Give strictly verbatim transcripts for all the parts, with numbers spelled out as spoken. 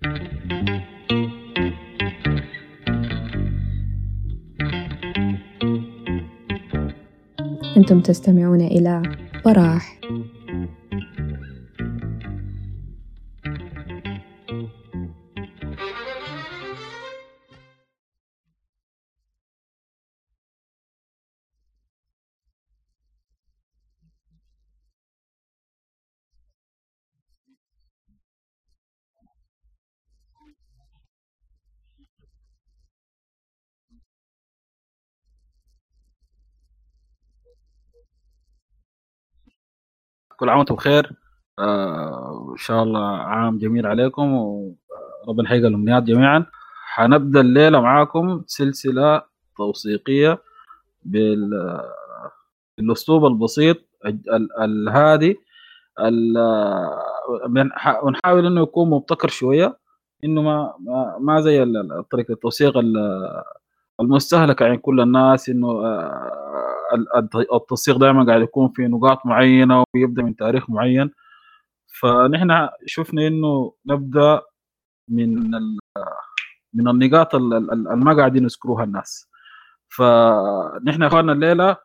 أنتم تستمعون إلى براح. كل عام وانتم بخير. آه ان شاء الله عام جميل عليكم وربنا يحقق الامنيات جميعا. حنبدا الليله معاكم سلسله توثيقيه بال- بالاسلوب البسيط ال- ال- الهادي ال- بنح- ونحاول انه يكون مبتكر شويه، انه ما ما, ما زي ال- ال- طريقه التوثيق ال- المستهلكه عند كل الناس، انه آه، ال- الت- التوثيق دائما قاعد يكون في نقاط معينه ويبدا من تاريخ معين. فنحن شفنا انه نبدا من ال- من النقاط ال- ال- ال- اللي ما قاعدين يذكروها الناس. فنحن يا اخواننا الليله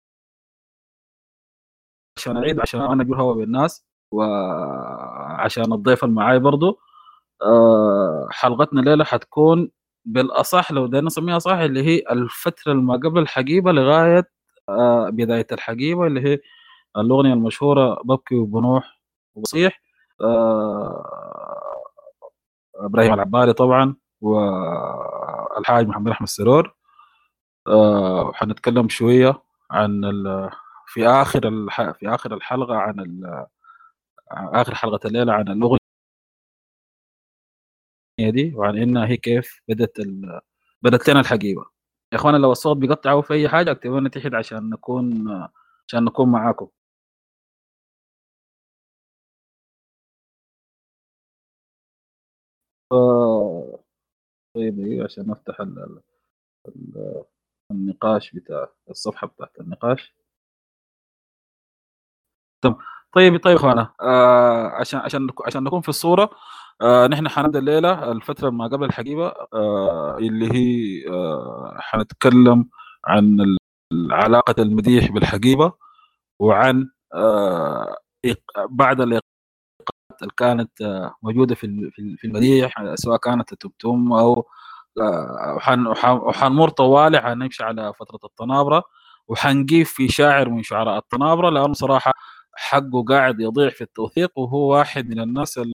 عشان اعيد، عشان انا اجور هوا بالناس وعشان الضيف المعاي برضو، آه، حلقتنا الليله حتكون بالاصح، لو بدنا نسميها صح، اللي هي الفتره ما قبل الحقيبه لغايه آه، بدايه الحقيبه، اللي هي الاغنيه المشهوره ببكي وبنوح وبصيح. آه، ابراهيم العباري طبعا والحاج محمد احمد سرور. آه، حنتكلم شويه عن ال- في اخر الح... في اخر الحلقه عن ال... اخر حلقه الليله عن الاغنيه دي، وعن انها هي كيف بدت ال... بدت لنا الحقيبه. يا اخوانا لو الصوت بيقطع او في اي حاجه اكتبوا لنا تحت عشان نكون عشان نكون معاكم. ف- طيب إيه، عشان نفتح ال... ال- النقاش بتاع الصفحه بتاعت النقاش. تمام. طيب طيب يا اخوانا، آه عشان عشان نك- عشان نكون في الصوره. آه نحن حنبدا الليله الفتره ما قبل الحقيبه، آه اللي هي آه حنتكلم عن ال- علاقه المديح بالحقيبه، وعن آه إيق- بعد الايقاعات اللي كانت آه موجوده في ال- في ال- في المديح، آه، سواء كانت التمتم او آه، وحن وحن- وحنمر طوالي، حنمشي على فتره الطنابره، وحنجيب في شاعر من شعراء الطنابره، لانه صراحه حقه قاعد يضيع في التوثيق، وهو واحد من الناس اللي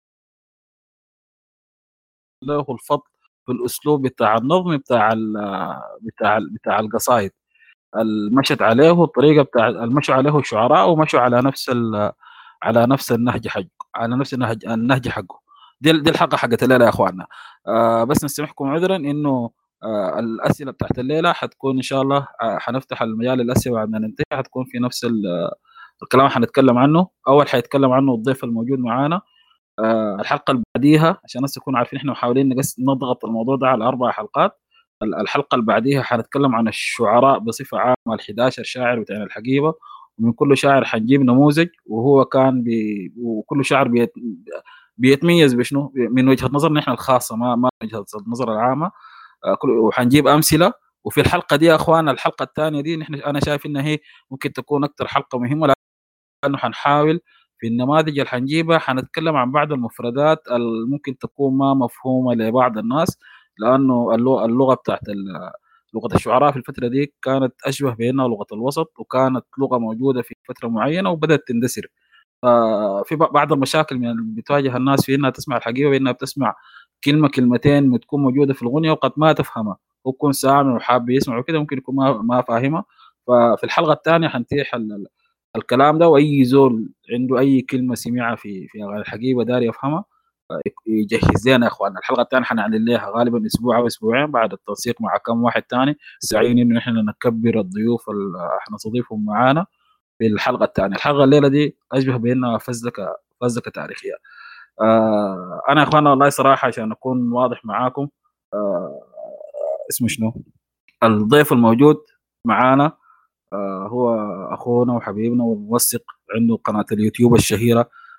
له الفضل في الاسلوب بتاع النظم بتاع ال بتاع ال بتاع القصائد المشت عليه، الطريقه بتاع المشوا عليه الشعراء، ومشوا على نفس ال على نفس النهج حقه، على نفس النهج النهج حقه. دي دي الحلقه حقت الليله يا اخواننا. آه بس نستمعكم عذرا انه آه الاسئله بتاعت الليله حتكون ان شاء الله، آه حنفتح المجال للاسئله بعد ما ننتهي، حتكون في نفس ال- الكلام اللي حنتكلم عنه. اول حيتكلم عنه الضيف الموجود معانا. آه الحلقه اللي بعديها عشان الناس تكونوا عارفين، احنا محاولين نقص نضغط الموضوع ده على اربع حلقات. ال- الحلقه اللي بعديها حنتكلم عن الشعراء بصفه عامه، ال احد عشر شاعر بتاع الحقيبه، ومن كل شاعر حنجيب نموذج، وهو كان بي... وكل شاعر بيت... بيتميز بشنو من وجهه نظرنا احنا الخاصه، ما ما وجهه النظر العامه. آه، كل- وحنجيب امثله. وفي الحلقه دي يا اخوان، الحلقه الثانيه دي نحن انا شايف انها هي ممكن تكون اكثر حلقه مهمه، لانه حنحاول في النماذج اللي حنجيبها حنتكلم عن بعض المفردات اللي ممكن تكون ما مفهومه لبعض الناس، لانه اللغه اللغه بتاعت ال- لغه الشعراء في الفتره دي كانت اشبه بانها لغه الوسط، وكانت لغه موجوده في فتره معينه وبدات تندثر. ففي ب- بعض المشاكل من اللي بتواجه الناس في انها تسمع الحقيقه، بانها بتسمع كلمه كلمتين بتكون موجوده في الاغنيه وقد ما تفهمها، ويكون سامع وحاب يسمع وكده ممكن يكون ما ما فاهمها. ففي الحلقه الثانيه حنتيح ال- الكلام ده، واي زول عنده اي كلمه سمعها في في اغاني الحقيقه داري يفهمها يجهز لنا يا اخواننا. الحلقه الثانيه حنعلن لها غالبا اسبوع او اسبوعين بعد التنسيق مع كم واحد تاني، سعيين انه نحن نكبر الضيوف اللي حنستضيفهم معانا في الحلقه الثانيه. الحلقه الليله دي اشبه بانها فزلكه فزلكه تاريخيه. آه انا يا اخوانا والله صراحه عشان اكون واضح معاكم، آه اسمه شنو الضيف الموجود معانا، آه هو اخونا وحبيبنا والموثق، عنده قناه اليوتيوب الشهيره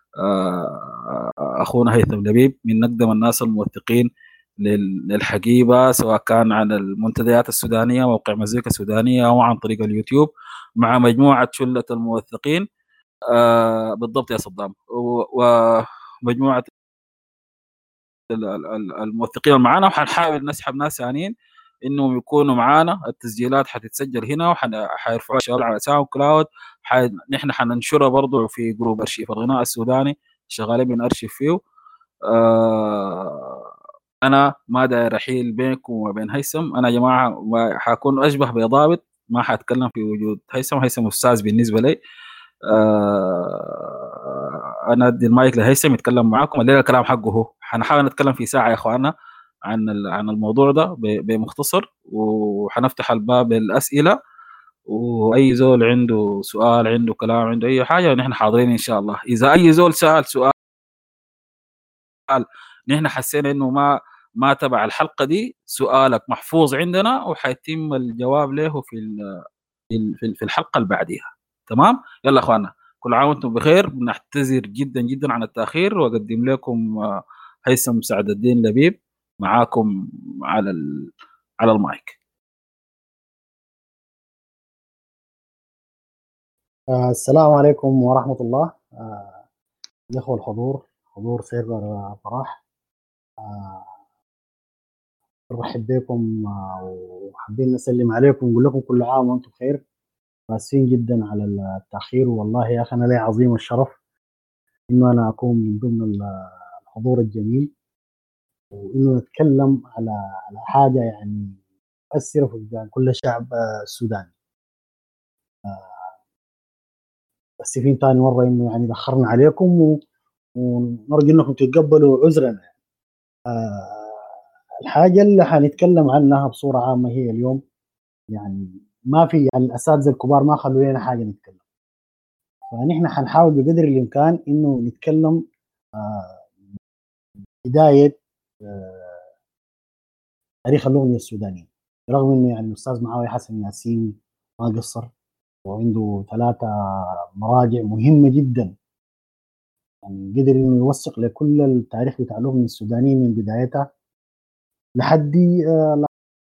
آه، اخونا هيثم لبيب من اقدم الناس الموثقين لل- للحقيبه، سواء كان عن المنتديات السودانيه، موقع مزيكا سودانيه، او عن طريق اليوتيوب، مع مجموعه شله الموثقين. آه بالضبط يا صدام. و- ومجموعه ال- ال- ال- الموثقين اللي معانا، وحنحاول نسحب ناس ثانيين انهم يكونوا معانا. التسجيلات حتتسجل هنا وحيرفعوها شباب على ساوند كلاود. ح- نحن حننشرها برضو في جروب ارشيف الغناء السوداني، شغالين بنأرشف فيه. آه انا ما داير احيل بينكم وما بين هيثم. انا يا جماعه ما- حكون اشبه بضابط، ما حاتكلم في وجود هيثم. هيثم استاذ بالنسبه لي. آه انا ادي المايك لهيثم يتكلم معاكم. الليله الكلام حقه هو. حنحاول نتكلم في ساعه يا اخوانا عن ال- عن الموضوع ده ب- بمختصر، وحنفتح الباب للاسئله. واي زول عنده سؤال، عنده كلام، عنده اي حاجه، نحن حاضرين ان شاء الله. اذا اي زول سال سؤال نحن حسينا انه ما ما تبع الحلقه دي، سؤالك محفوظ عندنا وحيتم الجواب له في ال- في ال- في ال- في الحلقه اللي بعديها. تمام. يلا اخوانا، كل عام وانتم بخير. بنعتذر جدا جدا عن التاخير، واقدم لكم آه، هيثم سعد الدين لبيب معاكم على ال- على المايك. آه، السلام عليكم ورحمة الله. آه، الإخوة الحضور، حضور سيرفر آه، فرح. آه، برحب بكم آه، وحابين نسلم عليكم ونقول لكم كل عام وأنتم بخير. آسفين جدا على التأخير، والله يا أخي أنا لي عظيم الشرف إنه أنا أكون من ضمن الحضور الجميل، وإنه نتكلم على على حاجة يعني مؤثرة في وجدان كل شعب آه، السوداني. آسفين تاني مرة إنه يعني دخرنا عليكم و- ونرجو إنكم تتقبلوا عذرنا. آه، الحاجة اللي حنتكلم عنها بصورة عامة هي اليوم، يعني ما في يعني الأساتذة الكبار ما خلوا لنا حاجة نتكلم، فنحن حنحاول بقدر الإمكان إنه نتكلم آه، بداية آه، تاريخ الأغنية السودانية. رغم إنه يعني الأستاذ معاوية حسن ياسين ما قصر، وعنده ثلاثة مراجع مهمة جدا، يعني قدر إنه يوثق لكل التاريخ بتاع الأغنية السودانية من بدايتها لحد آه،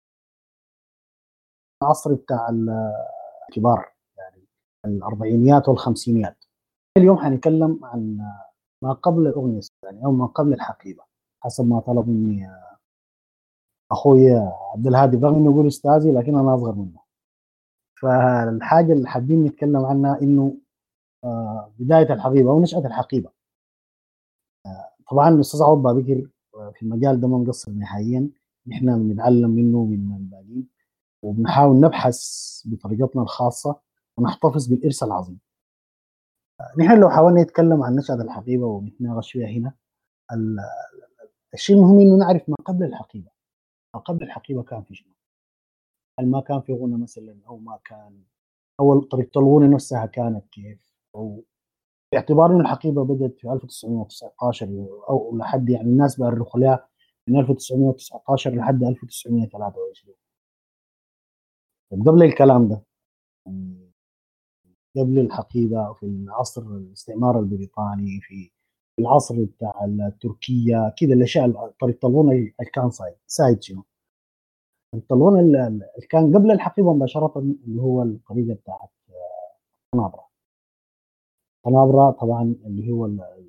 العصر بتاع الكبار، يعني الأربعينيات والخمسينيات. اليوم حنتكلم عن ما قبل الأغنية السودانية أو ما قبل الحقيبة، حسب ما طلب مني أخوي عبد الهادي، رغم إنه يقول أستاذي لكن أنا أصغر منه. فالحاجة اللي حابين نتكلم عنها إنه آه، بداية الحقيبة أو نشأة الحقيبة. طبعا الأستاذ عوض بابكر آه، في المجال ده ما مقصر نهائيا، نحن بنتعلم منه من الباقيين، وبنحاول نبحث بطريقتنا الخاصة ونحتفظ بالإرث العظيم. نحن لو حاولنا نتكلم عن نشأة الحقيبة ونتناقش فيها هنا، ال- الشيء المهم انه نعرف ما قبل الحقيبة. ما قبل الحقيبة كان في شنو؟ هل ما كان في غنى مثلا، او ما كان، او طريقة الغنى نفسها كانت كيف؟ او باعتبار انه الحقيبة بدأت في ألف وتسعمية وتسعطاشر، او لحد يعني الناس بيؤرخوا لها من ألف وتسعمية وتسعطاشر لحد ألف وتسعمية وثلاثة وعشرين. طيب قبل الكلام ده، يعني قبل الحقيبة في العصر الاستعمار البريطاني، في في العصر بتاع تركيا كده، الاشياء طريقة الغنى اللي كان صايد سايد شنو؟ الطلون اللي اللي كان قبل الحقيبة مباشرة اللي هو الطريقة بتاعت الطنابرة. الطنابرة طبعا اللي هو ال-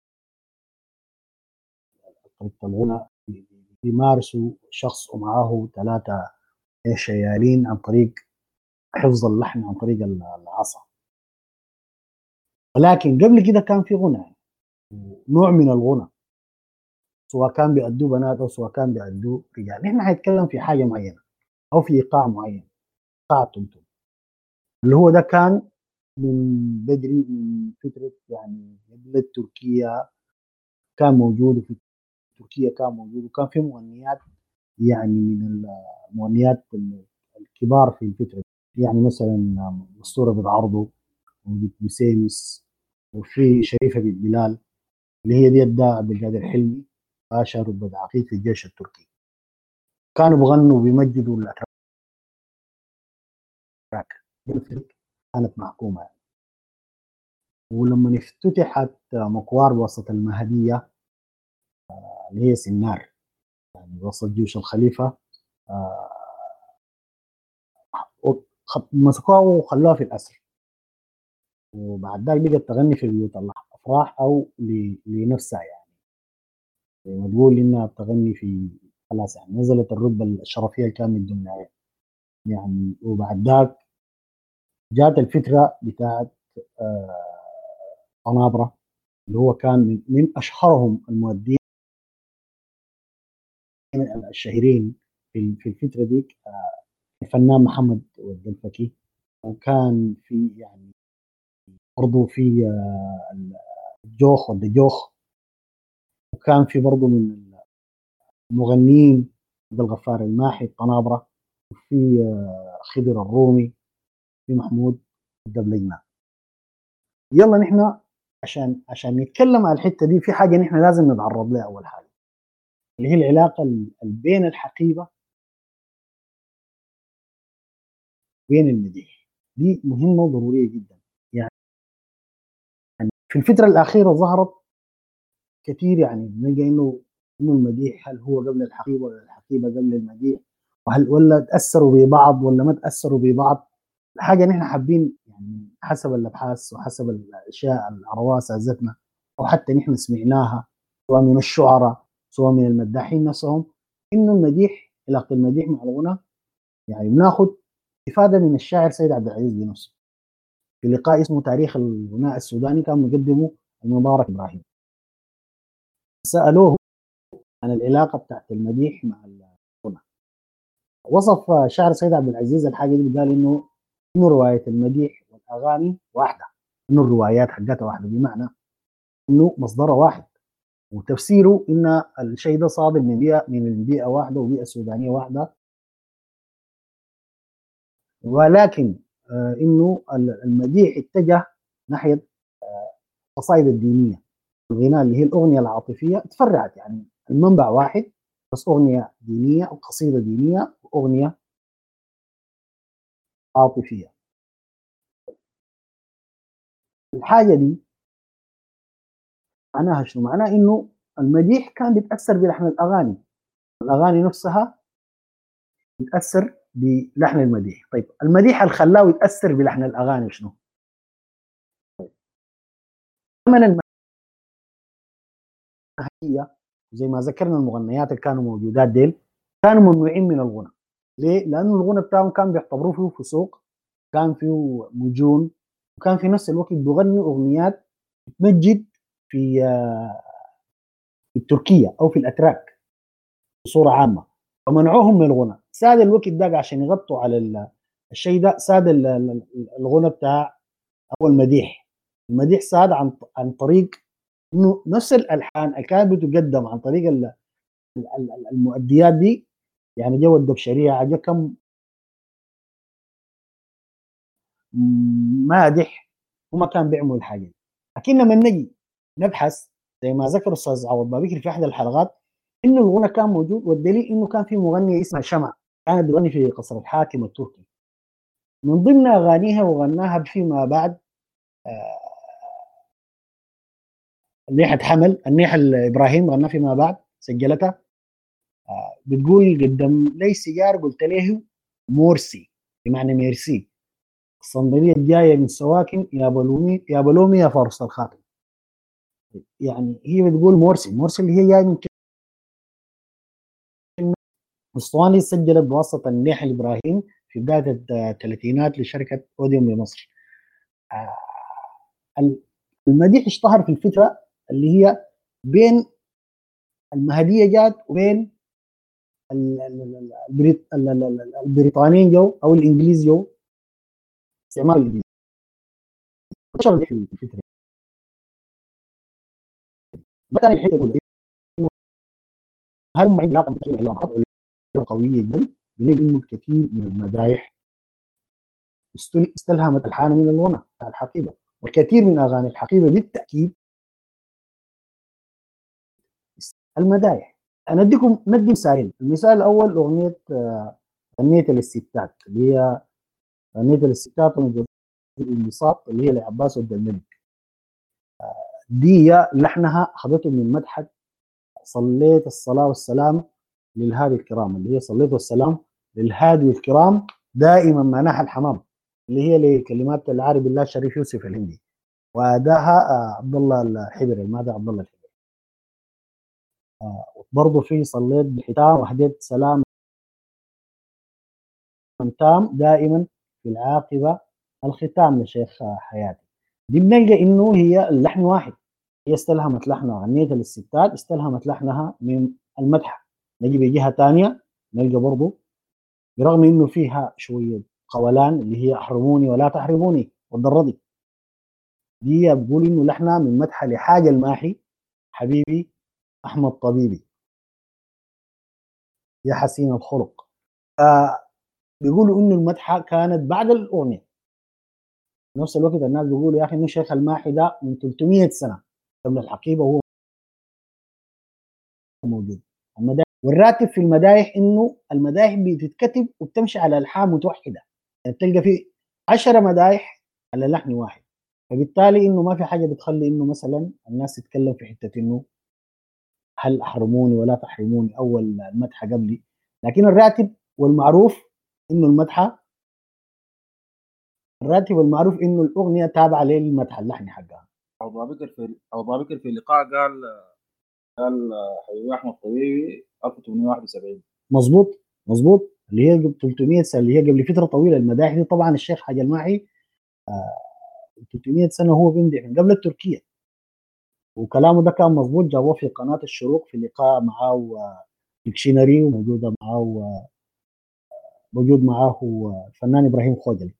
طريقة الغنى بيمارسوا شخص ومعاه ثلاثة شيالين عن طريق حفظ اللحن عن طريق العصا. ولكن قبل كده كان في غنى، يعني نوع من الغنى، سواء كان بيأدوه بنات او سواء كان بيأدوه رجال. نحن حنتكلم في حاجة معينة او في ايقاع معين، ايقاع التمتم، اللي هو ده كان من بدري، من فترة يعني قبل تركيا كان موجود، وفي تركيا كان موجود، وكان في مغنيات يعني من المغنيات الكبار في الفترة دي. يعني مثلا أسطورة بالعرضو، وبنت بسيمس، وفي شريفة بنت بلال اللي هي دي الداء عبد القادر حلمي، باشا رتبة عقيد في الجيش التركي. كانوا بغنوا وبيمجدوا الأتراك، كانت محكومة يعني. ولما افتتحت مكوار وسط المهدية اللي هي سنار، يعني وسط جيوش الخليفة، آه، وخ- مسكوها وخلوها في الأسر، وبعد ذلك بقت تغني في بيوت الأفراح أو ل- لنفسها، يعني زي ما تقول إنها بتغني في، خلاص يعني نزلت الرتبة الشرفية الكاملة الدنيا يعني. وبعد ذاك جات الفترة بتاعت آه، قنابرة، اللي هو كان من, من أشهرهم المؤدين الشهيرين في في الفترة دي الفنان محمد ولد الفكي. وكان في يعني برضه في آه، الجوخ ولد جوخ، وكان في برضه من المغنيين عبد الغفار الماحي قنابرة، وفي آه، خضر الرومي، في محمود الدبلجنا. يلا نحن عشان عشان نتكلم على الحته دي في حاجه نحن لازم نتعرض لها اول حاجه، اللي هي العلاقه ال- بين الحقيبه وبين المديح. دي مهمه وضروريه جدا. يعني في الفتره الاخيره ظهرت كثير، يعني بنلقى انه انه المديح هل هو قبل الحقيبه ولا الحقيبه قبل المديح، وهل ولا تاثروا ببعض ولا ما تاثروا ببعض. حاجه نحن حابين يعني حسب الابحاث وحسب الاشياء الارواس ذاتنا، او حتى نحن سمعناها سواء من الشعراء سواء من المداحين نفسهم، انه المديح، علاقه المديح مع الغنى، يعني بناخذ افاده من الشاعر سيد عبد العزيز بنفسه في لقاء اسمه تاريخ الغناء السوداني، كان مقدمه المبارك ابراهيم. سالوه عن العلاقه بتاعت المديح مع الغنى. وصف شاعر سيد عبد العزيز الحاجه دي، قال انه انه روايه المديح والاغاني واحده، انه الروايات حقتها واحده، بمعنى انه مصدرها واحد، وتفسيره ان الشيء ده صادر من بيئه من بيئه واحده وبيئه سودانيه واحده. ولكن آه انه المديح اتجه ناحيه القصائد الدينيه، الغناء اللي هي الاغنيه العاطفيه تفرعت، يعني المنبع واحد بس اغنيه دينيه او قصيده دينيه واغنيه عاطفيه. الحاجه دي معناها شنو؟ معناها انه المديح كان بيتاثر بلحن الاغاني، الاغاني نفسها بتتاثر بلحن المديح. طيب المديح اللي خلاه يتاثر بلحن الاغاني شنو؟ زمن المهديه زي ما ذكرنا المغنيات اللي كانوا موجودات ديل كانوا ممنوعين من الغنى. ليه؟ لانه الغنى بتاعهم كان بيعتبروه فيه فسوق، كان فيه مجون، وكان في نفس الوقت بيغنوا اغنيات بتمجد في في تركيا او في الاتراك بصوره عامه، فمنعوهم من الغنى. ساد الوقت ده عشان يغطوا على الشيء ده، ساد الغنى بتاع او المديح. المديح ساد عن عن طريق انه نفس الالحان اللي كانت بتقدم عن طريق ال- ال- ال- المؤديات دي، يعني جو الدبشريه، جو كم مادح، وما كان بيعملوا الحاجه دي. لكن لما نجي نبحث زي ما ذكر الاستاذ عوض بابكر في احد الحلقات، انه الغنى كان موجود، والدليل انه كان في مغنيه اسمها شمع كانت بتغني في قصر الحاكم التركي. من ضمن اغانيها وغناها فيما بعد آه، النيحة حمل، النيحة اللي ابراهيم غناها فيما بعد سجلتها، بتقول قدم لي سيجار قلت له مورسي، بمعنى ميرسي، الصندليه الجايه من سواكن يا بلومي يا بلومي يا فارس الخاتم. يعني هي بتقول مورسي، مورسي اللي هي جايه من كلمه اسطواني سجلت بواسطه النيحة الابراهيم في بدايه الثلاثينات لشركه اوديوم بمصر. آه، المديح اشتهر في الفتره اللي هي بين المهديه جات وبين ال- ال- ال- البريط- ال- ال- ال- البريطانيين جو او الانجليز جو، استعمال الانجليزي انتشر في الفتره. مثلا الحته الاولى إنه هل هم عندهم علاقه بالعلاقات قويه جدا، بنلاقي انه الكثير من المدايح استل- استلهمت الحان من الغنى بتاع الحقيبه، والكثير من اغاني الحقيبه بالتاكيد المدايح. انا اديكم ندي مثالين. المثال الاول اغنيه آه، غنيه للستات، اللي هي غنيه للستات من الانبساط اللي هي لعباس ود الملك. دي لحنها اخذته من مدحت صليت الصلاه والسلام للهادي الكرام، اللي هي صليت والسلام للهادي الكرام دائما معناها الحمام، اللي هي لكلمات العارف بالله الشريف يوسف الهندي، واداها آه، عبد الله الحبري، الماذا عبد الله الحبري. آه، برضه في صليت بختام وهديت سلام تام دائما في العاقبه الختام لشيخ آه، حياتي. دي بنلقى انه هي اللحن واحد، هي استلهمت لحنها غنية للستات، استلهمت لحنها من المدح. نجي بجهه ثانيه نلقى برضه برغم انه فيها شويه قولان اللي هي احرموني ولا تحرموني والضرضي، دي بقول انه لحنها من مدح لحاجه الماحي حبيبي احمد طبيبي يا حسين الخلق. آه بيقولوا انه المدحه كانت بعد الاغنيه. في نفس الوقت الناس بيقولوا يا اخي انه شيخ الماحي ده من ثلاثمية سنه قبل الحقيبه وهو موجود. المدايح والراتب في المدايح انه المدايح بتتكتب وبتمشي على الحان متوحده، يعني تلقى في عشرة مدايح على لحن واحد، فبالتالي انه ما في حاجه بتخلي انه مثلا الناس تتكلم في حته انه هل احرموني ولا تحرموني اول المدحه قبلي. لكن الراتب والمعروف انه المدحه الراتب والمعروف انه الاغنيه تابعه للمدحه اللحن حقها. أبو بكر في أبو بكر في اللقاء قال قال حبيبي أحمد طبيبي ألف وثمانمائة وواحد وسبعين. مظبوط مظبوط، اللي هي قبل ثلاثمية سنه، اللي هي قبل فتره طويله. المداح دي طبعا الشيخ حاج الماحي آه ثلاثمية سنه هو بيمدح من قبل التركيه، وكلامه ده كان مظبوط. جابوه في قناه الشروق في لقاء معاه ديكشنري، وموجوده معاه موجود معاه الفنان ابراهيم خوجلي،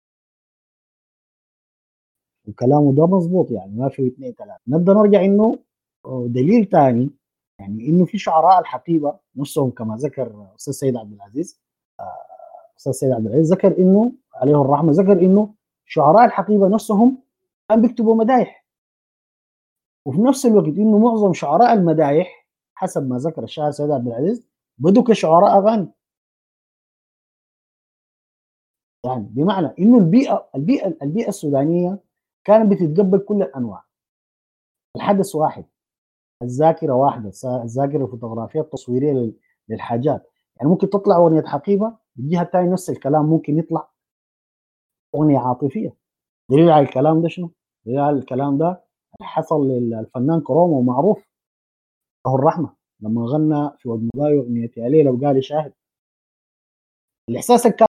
وكلامه ده مظبوط يعني ما في اثنين ثلاثه. نبدا نرجع انه دليل ثاني يعني انه في شعراء الحقيبه نفسهم كما ذكر استاذ سيد عبد العزيز استاذ سيد عبد العزيز ذكر انه عليه الرحمه، ذكر انه شعراء الحقيبه نفسهم كان بيكتبوا مدايح، وفي نفس الوقت انه معظم شعراء المدايح حسب ما ذكر الشاعر سيد عبد العزيز بدوا كشعراء اغاني. يعني بمعنى انه البيئه البيئه البيئه السودانيه كانت بتتقبل كل الانواع. الحدث واحد، الذاكره واحده، الذاكره الفوتوغرافيه التصويريه للحاجات. يعني ممكن تطلع اغنيه حقيبه، بالجهه الثانيه نفس الكلام ممكن يطلع اغنيه عاطفيه. دليل على الكلام ده شنو؟ دليل على الكلام ده حصل للفنان كرومو معروف له الرحمه لما غنى في واد مضايق اغنيه يا ليله وقال شاهد. الاحساس اللي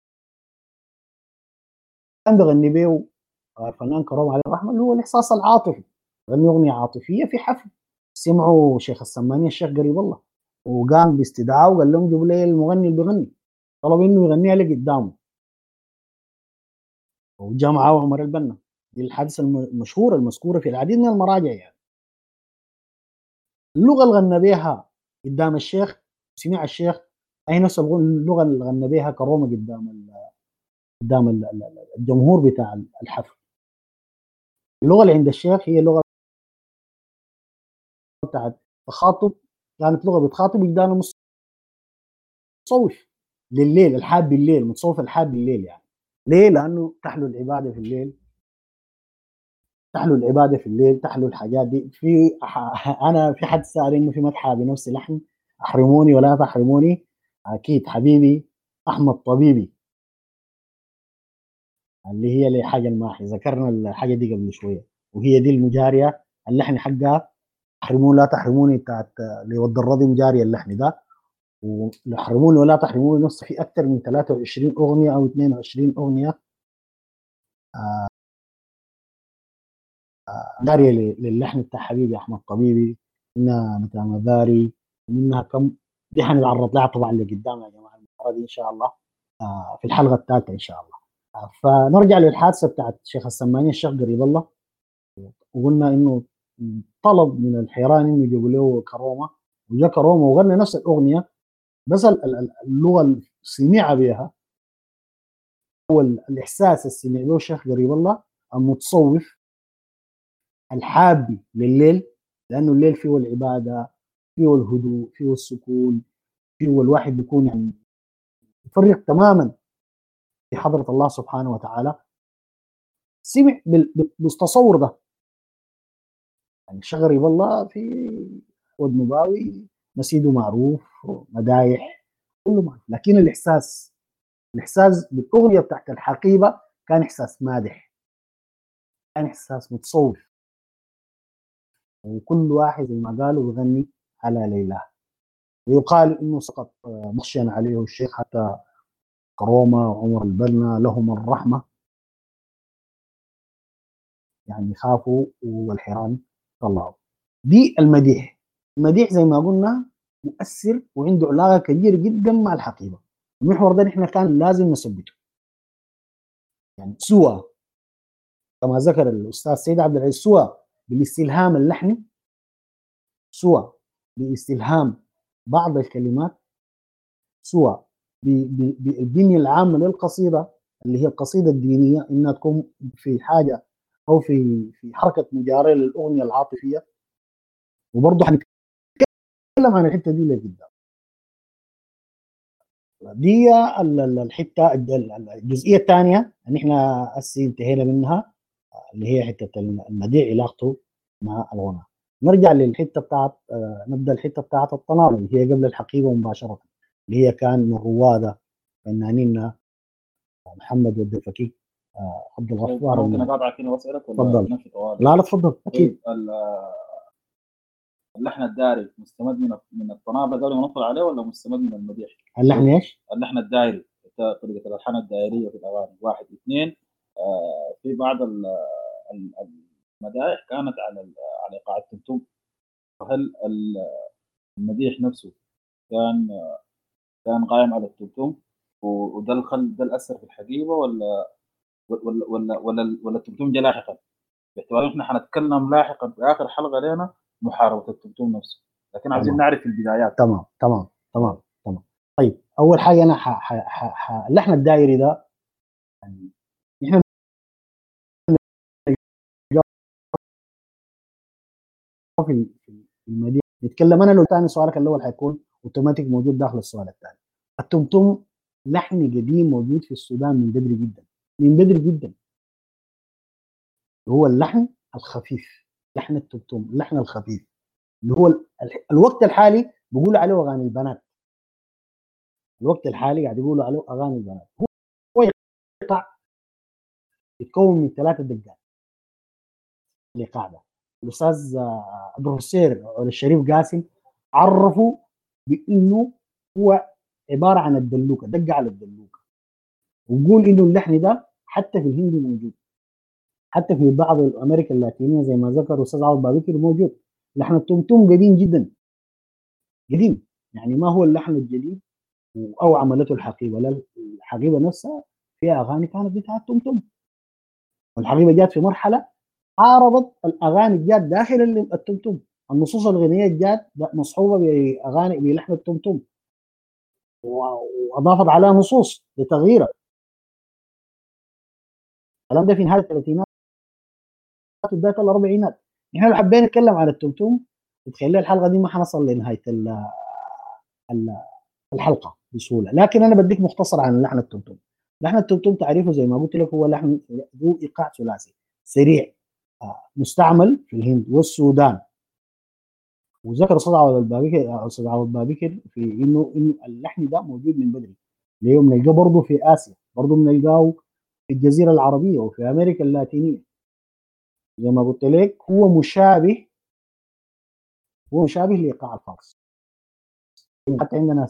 كان بيغني به الفنان كرومو عليه الرحمه اللي هو الاحساس العاطفي. غني اغنيه عاطفيه في حفل، سمعوا شيخ السمانيه الشيخ قريب الله وقام باستدعاء وقال لهم جيبوا لي المغني اللي بيغني، طلب انه يغنيها لي قدامه وجاء معاه عمر البنا. دي الحادثه المشهوره المذكوره في العديد من المراجع. يعني اللغه اللي غنى بها قدام الشيخ سمع الشيخ هي نفس اللغه اللي غنى بها كرومه قدام قدام الجمهور بتاع الحفل. اللغه اللي عند الشيخ هي لغه بتاعت تخاطب، كانت لغه بتخاطب قدام المتصوف لليل الحاب بالليل، المتصوف الحاب بالليل. يعني ليه؟ لانه تحلو العباده في الليل، تحلو العباده في الليل، تحلو الحاجات دي. في انا في حد سال انه في مدحه بنفس لحن احرموني ولا تحرموني، اكيد حبيبي احمد طبيبي اللي هي لحاجه الماحي، ذكرنا الحاجه دي قبل شويه، وهي دي المجاريه اللحن حقها احرموني لا تحرموني بتاعت لود الرضي مجاريه اللحن ده. واحرموني ولا تحرموني نص في اكثر من ثلاثة وعشرين اغنيه او اثنين وعشرين اغنيه آه جاريه للحن بتاع حبيبي احمد طبيبي، منها متى مباري، منها كم دي حنتعرض لها طبعا اللي قدام يا جماعه المره دي ان شاء الله آه في الحلقه الثالثه ان شاء الله. آه فنرجع للحادثه بتاعت شيخ السمانيه الشيخ قريب الله، وقلنا انه طلب من الحيران انه يجيبوا له كرومه، وجا كرومه وغنى نفس الاغنيه بس اللغه اللي سمع بها هو الاحساس اللي سمع به الشيخ قريب الله المتصوف الحابي لليل، لانه الليل فيه العباده، فيه الهدوء، فيه السكون، فيه الواحد بيكون يعني يفرق تماما في حضره الله سبحانه وتعالى. سمع بالتصور ده يعني شغري والله في ودنباوي مسيده معروف، مدايح كله معروف، لكن الاحساس الاحساس بالاغنيه بتاعت الحقيبه كان احساس مادح، كان احساس متصوف، وكل واحد زي ما قالوا بغني على ليلاه. ويقال انه سقط آه، مخشيا عليه الشيخ حتى كرومه وعمر البنا لهم الرحمه، يعني خافوا والحيران طلعوا. دي المديح. المديح زي ما قلنا مؤثر وعنده علاقه كبيره جدا مع الحقيبه. المحور ده نحن كان لازم نثبته، يعني سوى كما ذكر الاستاذ سيد عبد العزيز، سوى بالاستلهام اللحني، سوى باستلهام بعض الكلمات، سوى بالبنيه العامه للقصيده اللي هي القصيده الدينيه، انها تكون في حاجه او في في حركه مجاريه للاغنيه العاطفيه. وبرضه هنتكلم عن الحته دي لقدام. دي ال- ال- الحته ال- ال- الجزئيه الثانيه اللي احنا هسه انتهينا منها، اللي هي حته المديح علاقته مع الغنى. نرجع للحته بتاعت آه، نبدا الحته بتاعت الطنابل اللي هي قبل الحقيبه مباشره، اللي هي كان من رواد فنانين محمد ود الفكيك، آه، عبد طيب الغفار ممكن الم- اقاطعك هنا واسالك ولا تفضل. نمشي طوال؟ لا لا تفضل اكيد. طيب ال- اللحن الداري مستمد من من الطنابه قبل ما ندخل عليه ولا مستمد من المديح؟ اللحن ايش؟ اللحن الدائري، طريقه الالحان الدائريه في الاغاني، واحد اثنين. آه في بعض ال- ال- المدائح كانت على ال- على ايقاع التمتم، فهل ال- المديح نفسه كان كان قائم على التمتم و- وده الخل ده الاثر في الحقيبه، ولا ولا ولا ولا, ولا التمتم جاء لاحقا؟ باعتبار احنا حنتكلم لاحقا في اخر حلقه لنا محاربه التمتم نفسه، لكن عايزين تمام نعرف البدايات. تمام تمام تمام تمام. طيب اول حاجه انا ح... ح... ح... ح... اللحن الدائري ده يعني احنا في في المدينه نتكلم. انا لو ثاني سؤالك الاول حيكون اوتوماتيك موجود داخل السؤال الثاني. التمتم لحن قديم موجود في السودان من بدري جدا، من بدري جدا. هو اللحن الخفيف، لحن التمتم، اللحن الخفيف اللي هو ال... الوقت الحالي بيقولوا عليه اغاني البنات. الوقت الحالي قاعد يقولوا عليه اغاني البنات. هو هو يقطع يتكون من ثلاثه دقات. الايقاع ده الاستاذ آه، البروفيسور الشريف قاسم عرفوا بانه هو عباره عن الدلوكه، دق على الدلوكه. ويقول انه اللحن ده حتى في الهندي موجود، حتى في بعض الامريكا اللاتينيه زي ما ذكر الاستاذ عوض بابكر موجود. لحن التمتم قديم جدا، قديم، يعني ما هو اللحن الجديد او عملته الحقيبه. لا، الحقيبه نفسها فيها اغاني كانت بتاعت تمتم، والحقيبه جات في مرحله عارضت الاغاني الجات داخل التمتم. النصوص الغنائيه الجات مصحوبه باغاني بلحن التمتم، واضافت عليها نصوص لتغييرها. الكلام ده في نهايه الثلاثينات وبدايه الاربعينات. نحن لو حبينا نتكلم عن التمتم تخيل الحلقه دي ما حنصل لنهايه ال- ال- الحلقه بسهوله، لكن انا بديك مختصر عن لحن التمتم. لحن التمتم تعريفه زي ما قلت لك هو لحن ذو ايقاع ثلاثي سريع، آه، مستعمل في الهند والسودان. وذكر استاذ عوض البابكر استاذ عوض بابكر في انه انه اللحن ده موجود من بدري. ليه؟ بنلقاه برضه في اسيا، برضه بنلقاه في الجزيره العربيه وفي امريكا اللاتينيه. زي ما قلت لك هو مشابه، هو مشابه لايقاع الفارس. حتى عندنا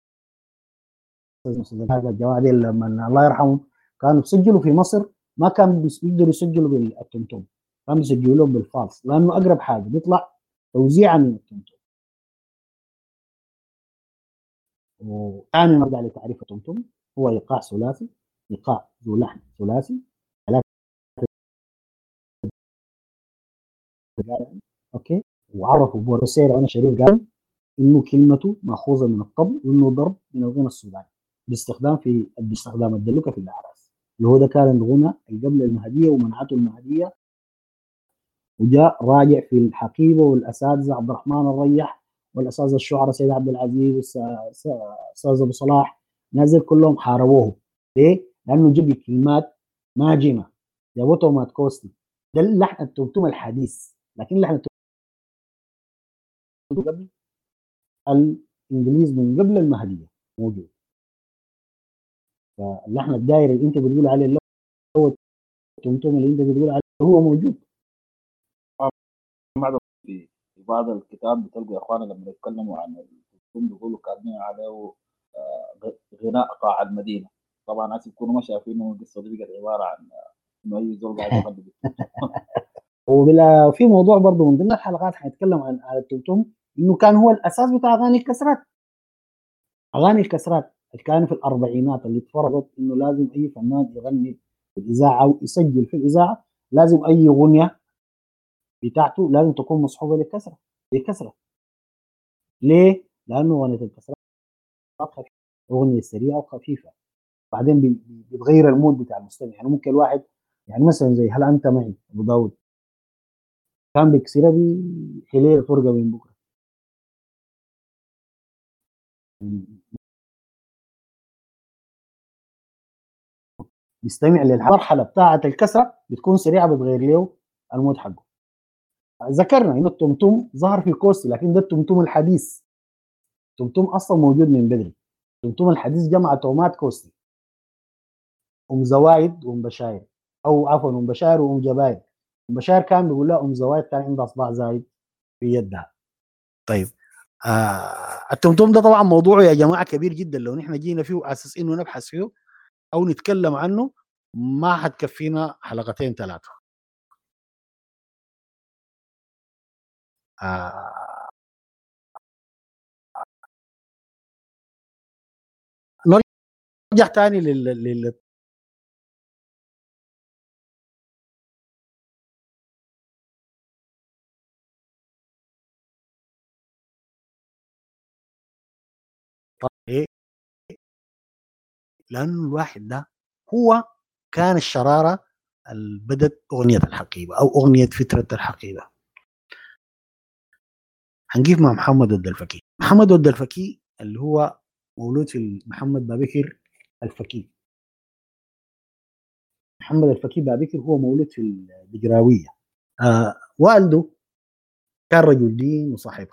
استاذ هذا الجوادي لما الله يرحمه كانوا بيسجلوا في مصر ما كانوا بيقدروا يسجلوا بالتمتم، كانوا بيسجلوا لهم بالفارس لانه اقرب حاجه بيطلع توزيعا من التمتم. وثاني نرجع لتعريف التمتم، هو ايقاع ثلاثي، ايقاع ذو لحن ثلاثي ثلاث دقائق. اوكي. وعرفوا بورسير وانا شريف قال انه كلمته ماخوذه من الطبل وانه ضرب من الغنى السوداني باستخدام في باستخدام الدلوكه في الاعراس، اللي هو ده كان الغنى اللي قبل المهديه ومنعته المهديه. وجاء راجع في الحقيبه والاساتذه عبد الرحمن الريح والاساتذه الشعراء سيد عبد العزيز والاستاذ ابو صلاح نازل كلهم حاربوه. ليه؟ لانه جاب كلمات ماجنه جابته مات كوستي. ده اللحن التمتم الحديث، لكن لحن قبل الانجليز من قبل المهديه موجود. فاللحن الداير اللي انت بتقول عليه اللي هو التمتم اللي انت بتقول عليه هو موجود. في في بعض الكتاب بتلقوا يا اخوانا لما يتكلموا عن التمتم بيقولوا كانوا عليه آه، غناء قاع المدينه. طبعا الناس بيكونوا ما شايفين انه القصه دي بقت عباره عن انه اي زول قاعد يغني بالتمتم. وبلا في موضوع برضه من ضمن الحلقات حنتكلم عن على التمتم، انه كان هو الاساس بتاع اغاني الكسرات. اغاني الكسرات اللي كان في الاربعينات اللي اتفرضت انه لازم اي فنان يغني في الاذاعه او يسجل في الاذاعه، لازم اي اغنيه بتاعته لازم تكون مصحوبه لكسره بكسره. ليه؟ لانه اغنيه الكسرات خفيفه، اغنيه سريعه وخفيفه، بعدين بي- بي- بتغير المود بتاع المستمع. يعني ممكن الواحد يعني مثلا زي هل انت معي ابو داود كان بيكسرها بحليله فرقه من بكره، بيستمع للمرحله بتاعه الكسره بتكون سريعه بتغير له المود حقه. ذكرنا انه التمتم ظهر في كوستي، لكن ده التمتم الحديث. التمتم اصلا موجود من بدري. التمتم الحديث جمع تومات كوستي، ام زوايد وام بشاير، او عفوا ام بشاير وام جباير. ام بشاير كان بيقول لها ام زوايد كان عندها صباع زايد في يدها. طيب آه التمتم ده طبعا موضوعه يا جماعه كبير جدا، لو نحن جينا فيه على اساس انه نبحث فيه او نتكلم عنه ما حتكفينا حلقتين ثلاثه. آه نرجع تاني لل, لل... لانه الواحد ده هو كان الشراره اللي بدت اغنيه الحقيبه او اغنيه فتره الحقيبه. هنجيب مع محمد ود الفكي. محمد ود الفكي اللي هو مولود في محمد بابكر الفكي. محمد الفكي بابكر هو مولود في الدجراويه. آه والده كان رجل دين وصاحب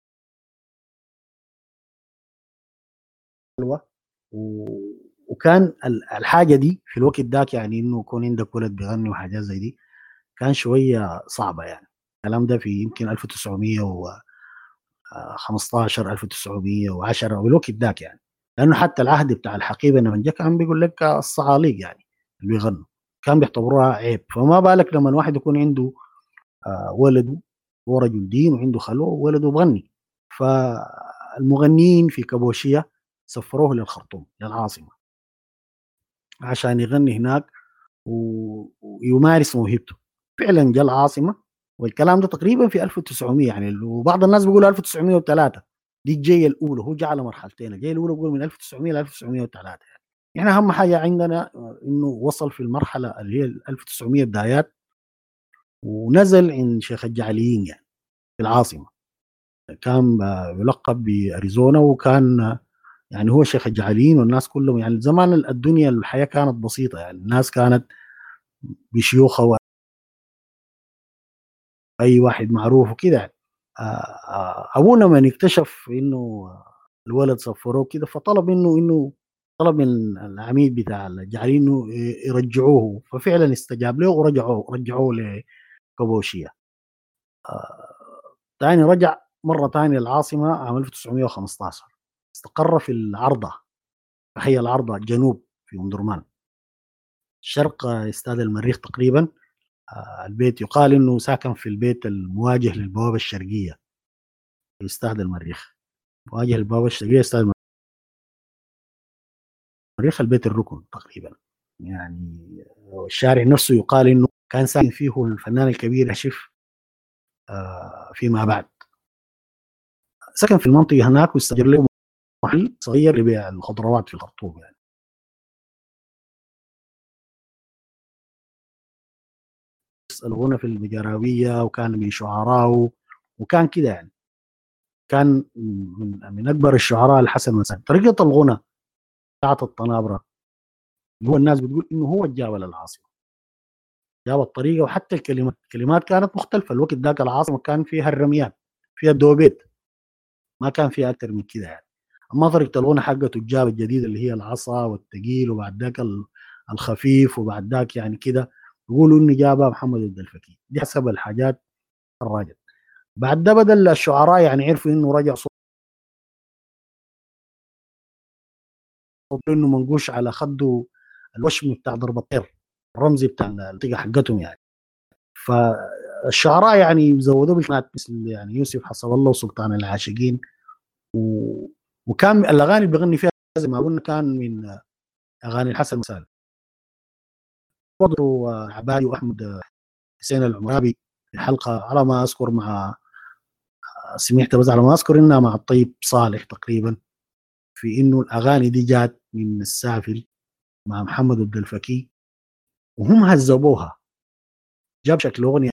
خلوه، و... وكان الحاجه دي في الوقت ذاك يعني انه يكون عندك ولد بيغني وحاجات زي دي كان شويه صعبه. يعني الكلام ده في يمكن ألف وتسعمية وخمستاشر ألف وتسعمية وعشرة والوقت ذاك يعني، لانه حتى العهد بتاع الحقيبه لما جاء كان بيقول لك الصعاليق يعني اللي بيغنوا كان بيعتبروها عيب، فما بالك لما واحد يكون عنده آه ولده هو رجل دين وعنده خلوه وولده بغني. فالمغنيين في كابوشيا سفروه للخرطوم للعاصمه عشان يغني هناك و- ويمارس موهبته. فعلا جاء العاصمه، والكلام ده تقريبا في ألف وتسعمية يعني، وبعض الناس بيقولوا ألف وتسعمية وثلاثة دي الجايه الاولى. هو جاء على مرحلتين، الجايه الاولى بيقول من ألف وتسعمية ل ألف وتسعمية وثلاثة يعني. يعني اهم حاجه عندنا انه وصل في المرحله اللي هي ألف وتسعمية بدايات ونزل عند شيخ الجعليين يعني في العاصمه. كان يلقب باريزونا، وكان يعني هو شيخ الجعليين والناس كلهم يعني زمان الدنيا الحياه كانت بسيطه يعني، الناس كانت بشيوخها واي واحد معروف وكده يعني. آه، آه، ابونا من اكتشف انه الولد صفروه كده فطلب انه انه طلب من العميد بتاع الجعليين انه يرجعوه، ففعلا استجاب له ورجعوه رجعوه لكابوشيا. آه، تاني رجع مره تانية العاصمه عام ألف وتسعمية وخمستاشر، استقر في العرضه، في حي العرضه الجنوب في ام درمان شرق استاد المريخ تقريبا. آه، البيت يقال انه ساكن في البيت المواجه للبوابه الشرقيه في استاد المريخ، مواجه للبوابه الشرقيه استاد المريخ البيت الركن تقريبا يعني. الشارع نفسه يقال انه كان ساكن فيه الفنان الكبير هشيف آه، فيما بعد. سكن في المنطقه هناك واستاجر له محل صغير لبيع الخضروات في الخرطوم يعني. الغنى في المجراويه وكان من شعراء وكان كده يعني. كان من من اكبر الشعراء الحسن مثلا. طريقه الغنى بتاعت الطنابره اللي هو الناس بتقول انه هو الجاب للعاصمه، جاب الطريقه وحتى الكلمات. الكلمات كانت مختلفه. الوقت ذاك العاصمه كان فيها الرميات، فيها الدوبيت، ما كان فيها اكتر من كده يعني. اما طريقه الغنى حقته الجاب الجديده اللي هي العصا والثقيل وبعد ذاك ال- الخفيف وبعد ذاك يعني كده، يقولوا انه جابها محمد الدلفكي، دي حسب الحاجات الراجل. بعد ده بدا الشعراء يعني عرفوا انه رجع صوت انه منقوش على خده الوشم بتاع ضرب الطير، الرمزي بتاع المنطقه حقتهم يعني. فالشعراء يعني زودوا بكلمات مثل يعني يوسف حسب الله وسلطان العاشقين و... وكان الاغاني اللي بيغني فيها زي ما قلنا كان من اغاني الحسن المسالم برضه، عبادي واحمد حسين العمرابي في الحلقه على ما اذكر مع سمعت بس على ما اذكر انها مع الطيب صالح تقريبا، في انه الاغاني دي جات من السافل مع محمد الدلفكي وهم هذبوها، جاب شكل اغنيه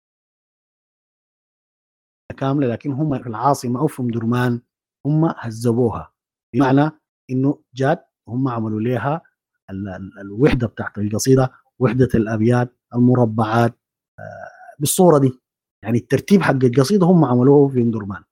كامله لكن هم في العاصمه او في ام درمان هم هذبوها، بمعنى انه جات هم عملوا لها ال- ال- الوحده بتاعت القصيده، وحده الابيات المربعات بالصوره دي، يعني الترتيب حق القصيده هم عملوه في ام درمان.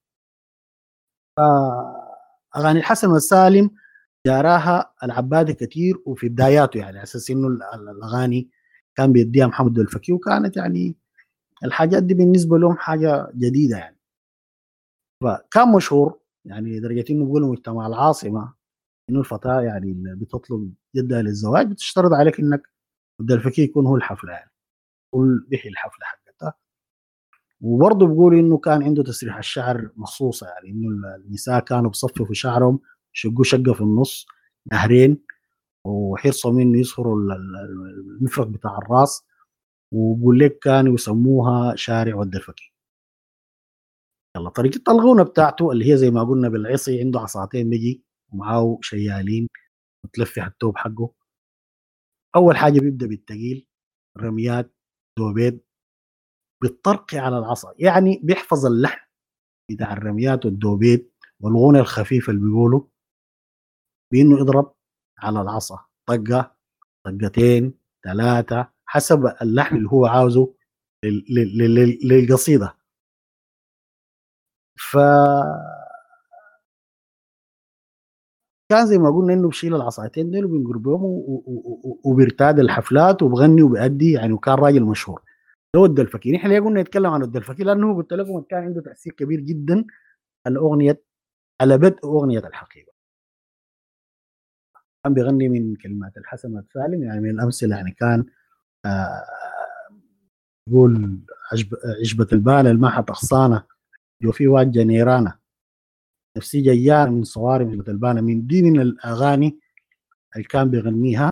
اغاني الحسن والسالم جاراها العبادي كثير وفي بداياته، يعني على اساس انه ال- ال- الاغاني كان بيديها محمد الفكي، وكانت يعني الحاجات دي بالنسبه لهم حاجه جديده يعني. فكان مشهور يعني لدرجه انه بيقولوا مجتمع العاصمه انه الفتاه يعني اللي بتطلب جدها للزواج بتشترط عليك انك عبد الفكي يكون هو الحفله، يعني هو اللي بيحيي الحفله حقتها. وبرضه بيقول انه كان عنده تسريح الشعر مخصوصه، يعني انه النساء كانوا بيصففوا شعرهم شقوا شقه في النص نهرين، وحرصوا انه يظهروا ال- ال- المفرق بتاع الراس، وبقول لك كانوا يسموها شارع والدفكي. يلا طريقة الغونة بتاعته اللي هي زي ما قلنا بالعصي، عنده عصاتين بيجي ومعاه شيالين متلفح التوب حقه. أول حاجة بيبدأ بالتقيل، رميات، دوبيت، بالطرق على العصا، يعني بيحفظ اللحن بتاع الرميات والدوبيت والغنى الخفيف اللي بيقوله، بإنه يضرب على العصا طقة، طقتين، ثلاثة، حسب اللحن اللي هو عاوزه لل- لل- لل- للقصيدة. فكان زي ما قلنا انه بشيل العصايتين دول وبينقر بهم و- و- و- وبيرتاد الحفلات وبغني وبيأدي يعني، وكان راجل مشهور. ده هو الدلفكي. نحن ليه قلنا نتكلم عن الدلفكي؟ لانه قلت لكم كان عنده تأثير كبير جدا على اغنية، على بدء اغنية الحقيبة. كان بيغني من كلمات الحسن والسالم، يعني من الامثلة يعني كان آه، يقول عجب عجبة البال الماحت أغصانة وفي واجه نيرانة، نفسي جيان من صوارم عجبة البانة، من دي من الأغاني اللي كان بيغنيها.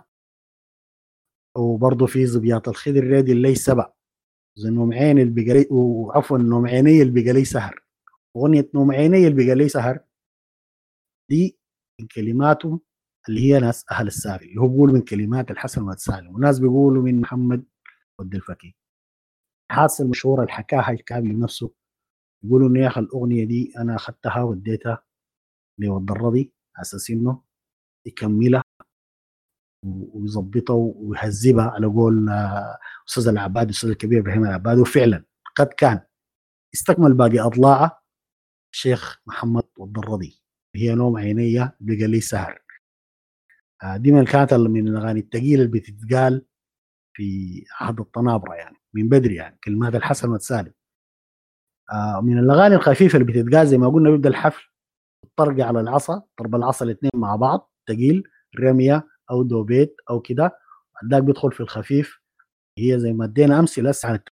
وبرضه في زبيات الخضر ريدي اللي سبع، زي نوم عين البقلي، وعفوا نوم عيني البقلي سهر. أغنية نوم عيني البقلي سهر دي من كلماتهم اللي هي ناس أهل السافل، اللي هو بيقول من كلمات الحسن والسالم، وناس بيقولوا من محمد ود الفكي. حاصل مشهور الحكاها الكامل لنفسه، يقولوا إن يا أخي الأغنية دي أنا أخذتها وديتها للضربي على أساس إنه يكملها ويظبطها ويهذبها على قول آه، أستاذ العباد، الأستاذ الكبير إبراهيم العباد. وفعلا قد كان استكمل باقي أضلاعه الشيخ محمد والضربي، هي نوم عيني بقى لي سهر. آه، دي من كانت من الأغاني الثقيلة اللي بتتقال في عهد الطنابرة يعني من بدري، يعني كلمات الحسن والسالم. آه، من الأغاني الخفيفة اللي بتتقال زي ما قلنا بيبدأ الحفل طرق على العصا، ضرب العصا الاثنين مع بعض تقيل، رميه او دوبيت او كده، بعدك بيدخل في الخفيف. هي زي ما ادينا امثله هسه عن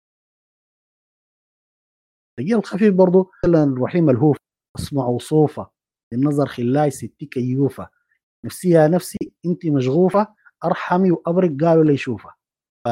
التقيل. الخفيف برضه الرحيم الهوف، اسمع وصوفه النظر خلاي ستي كيوفه، نفسي يا نفسي انت مشغوفه، ارحمي وابرك قالوا لي شوفه. ف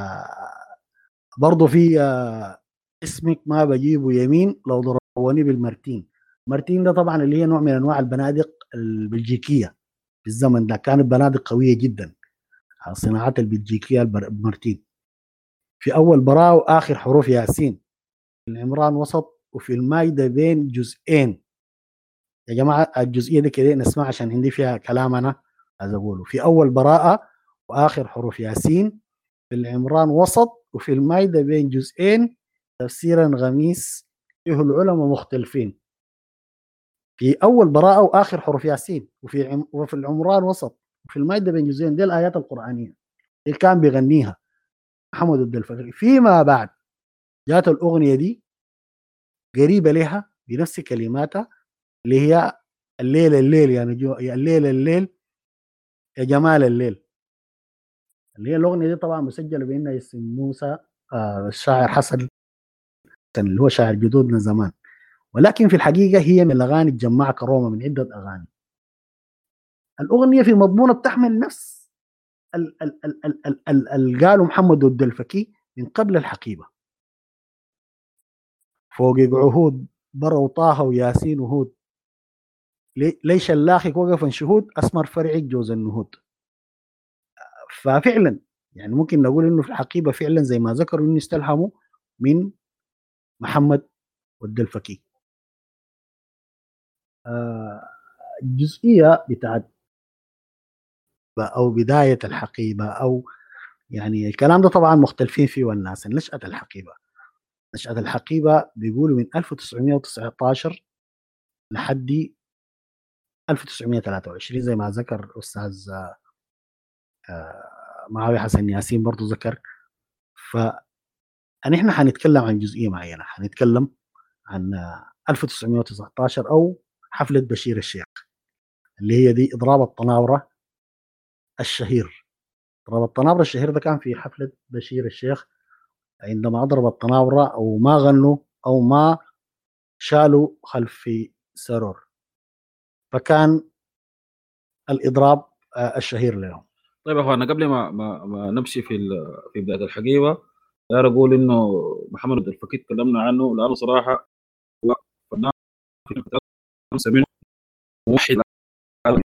برضه في آه، اسمك ما بجيبه يمين لو ضربوني بالمرتين. مرتين ده طبعا اللي هي نوع من انواع البنادق البلجيكيه، في الزمن ده كانت بنادق قويه جدا، الصناعات البلجيكيه المارتين. في اول براءه واخر حروف ياسين، العمران وسط وفي المايده بين جزئين. يا جماعه الجزئيه دي كده نسمع عشان عندي فيها كلام انا عايز اقوله. في اول براءه واخر حروف ياسين، في العمران وسط وفي المايده بين جزئين، تفسيرا غميس فيه العلماء مختلفين. في اول براءه واخر حروف ياسين، وفي عم وفي العمران وسط، وفي المائده بين جزئين. دي الايات القرانيه اللي كان بيغنيها محمد الدلفقي. فيما بعد جات الاغنيه دي قريبه لها بنفس كلماتها، اللي هي الليل الليل يا نجوم يا الليل الليل يا جمال الليل، اللي هي الاغنيه دي طبعا مسجله بين اسم موسى آه الشاعر حسن، اللي هو شاعر جدودنا زمان. ولكن في الحقيقه هي من الاغاني الجماعه كرومه من عده اغاني. الاغنيه في مضمونها بتحمل نفس ال- ال- ال- ال- ال- ال- اللي قاله محمد الدلفكي من قبل الحقيبه. فوق عهود بروا طه وياسين وهود، لي- ليش اللاخك وقفا شهود اسمر فرعك جوز النهود. ففعلا يعني ممكن نقول انه في الحقيبه فعلا زي ما ذكروا انه استلهموا من محمد والدلفكي. آه، الجزئيه بتاعت او بدايه الحقيبه، او يعني الكلام ده طبعا مختلفين فيه الناس. نشأة الحقيبه نشأة الحقيبه بيقولوا من ألف وتسعمائة وتسعة عشر لحد ألف وتسعمائة وثلاثة وعشرين زي ما ذكر استاذ آه، معاوية حسن ياسين برضو ذكر. فنحن حنتكلم عن جزئيه معينه، حنتكلم عن آه، ألف وتسعمائة وتسعة عشر او حفله بشير الشيخ، اللي هي دي اضراب الطناوره الشهير. اضراب الطناوره الشهير ده كان في حفله بشير الشيخ عندما اضرب الطناوره او ما غنوا او ما شالوا خلف سرور، فكان الاضراب آه، الشهير لهم. طيب يا اخوانا، قبل ما ما, ما نمشي في ال- في بدايه الحقيبه، داير اقول انه محمد عبد الفقيه تكلمنا عنه لانه صراحه هو فنان في الكتاب، مسمينه موحد العالم.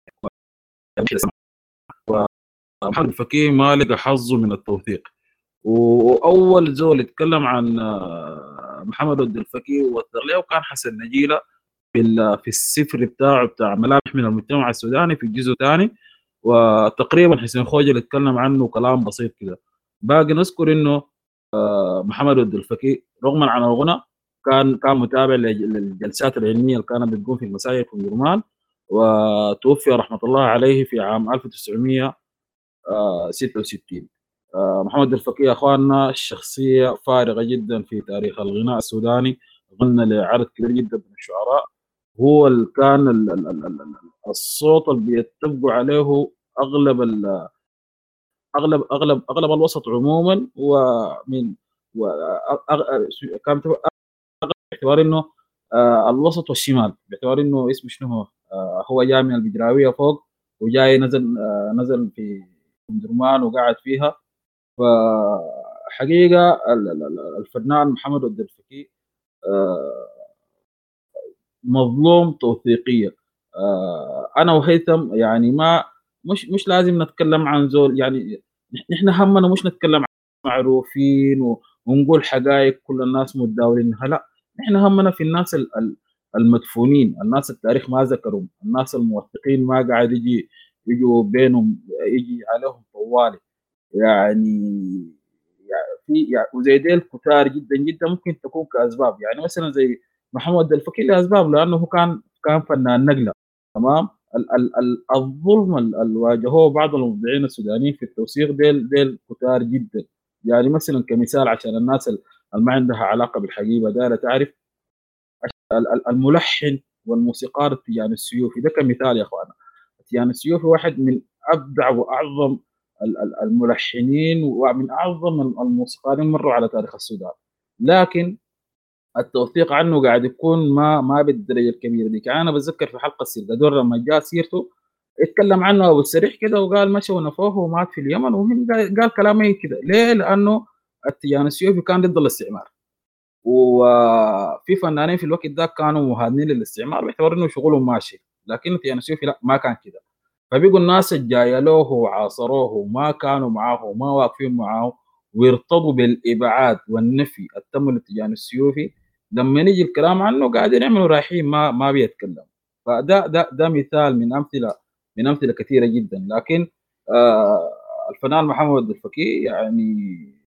ومحمد الفقيه ما لقى حظه من التوثيق. واول زول يتكلم عن آه، محمد عبد الفقيه ووثق له كان حسن نجيله في ال- في السفر بتاعه بتاع ملامح من المجتمع السوداني في الجزء الثاني. وتقريبا حسين خوجل اتكلم عنه كلام بسيط كده. باقي نذكر انه محمد عبد الفقيه رغما عن الغنى كان كان متابع لج- للجلسات العلميه اللي كانت بتقوم في المساجد في جرمان. وتوفي رحمه الله عليه في عام ألف وتسعمائة وستة وستين. آه، محمد الفقيه يا اخواننا شخصيه فارغه جدا في تاريخ الغناء السوداني. غنى لعدد كبير جدا من الشعراء. هو اللي كان ال- ال- ال- ال- ال- الصوت اللي بيتفقوا عليه اغلب ال- اغلب اغلب اغلب الوسط عموما. ومن و أغ- كان باعتبار انه آه، الوسط والشمال، باعتبار انه اسمه شنو هو، آه، هو جاي من البجراويه فوق، وجاي نزل آه، نزل في ام درمان وقعد فيها. فحقيقه ال- ال- ال- الفنان محمد عبد الفقيه آه، مظلوم توثيقيا. آه، انا وهيثم يعني ما مش مش لازم نتكلم عن زول يعني. نحن همنا مش نتكلم عن معروفين و- ونقول حقائق كل الناس متداولينها، لا. نحن همنا في الناس ال- ال- المدفونين، الناس التاريخ ما ذكرهم، الناس الموثقين ما قاعد يجي يجوا بينهم يجي عليهم طوالي يعني. يعني في يعني وزي ديل كتار جدا جدا ممكن تكون كاسباب. يعني مثلا زي محمد الفقيه لاسباب، لانه هو كان كان فنان نقله. تمام. ال ال ال الظلم ال- اللي واجهوه بعض المبدعين السودانيين في التوثيق ديل ديل كتار جدا. يعني مثلا كمثال عشان الناس اللي ما عندها علاقه بالحقيبه دايره تعرف، ال- ال- الملحن والموسيقار التيجان السيوفي ده كمثال يا اخوانا. التيجان السيوفي واحد من ابدع واعظم ال- ال- الملحنين ومن اعظم الموسيقارين مروا على تاريخ السودان. لكن التوثيق عنه قاعد يكون ما ما بالدرجه الكبيره دي. كان انا بتذكر في حلقه سيرجادور لما جاء سيرته اتكلم عنه ابو السريح كده وقال مشى ونفوه ومات في اليمن، وهم قال قال كلام إيه كده ليه؟ لانه التيجان السيوفي كان ضد الاستعمار، وفي فنانين في الوقت ده كانوا مهادنين للاستعمار باعتبار انه شغلهم ماشي. لكن تيانا سيوفي لا، ما كان كده. فبيقوا الناس الجايه له وعاصروه وما كانوا معاه وما واقفين معاه ويرتضوا بالابعاد والنفي التم لتيجان السيوفي، لما نيجي الكلام عنه قاعدين يعملوا رايحين ما ما بيتكلم. فده ده ده مثال من امثله من امثله كثيره جدا. لكن آه الفنان محمد الفقيه يعني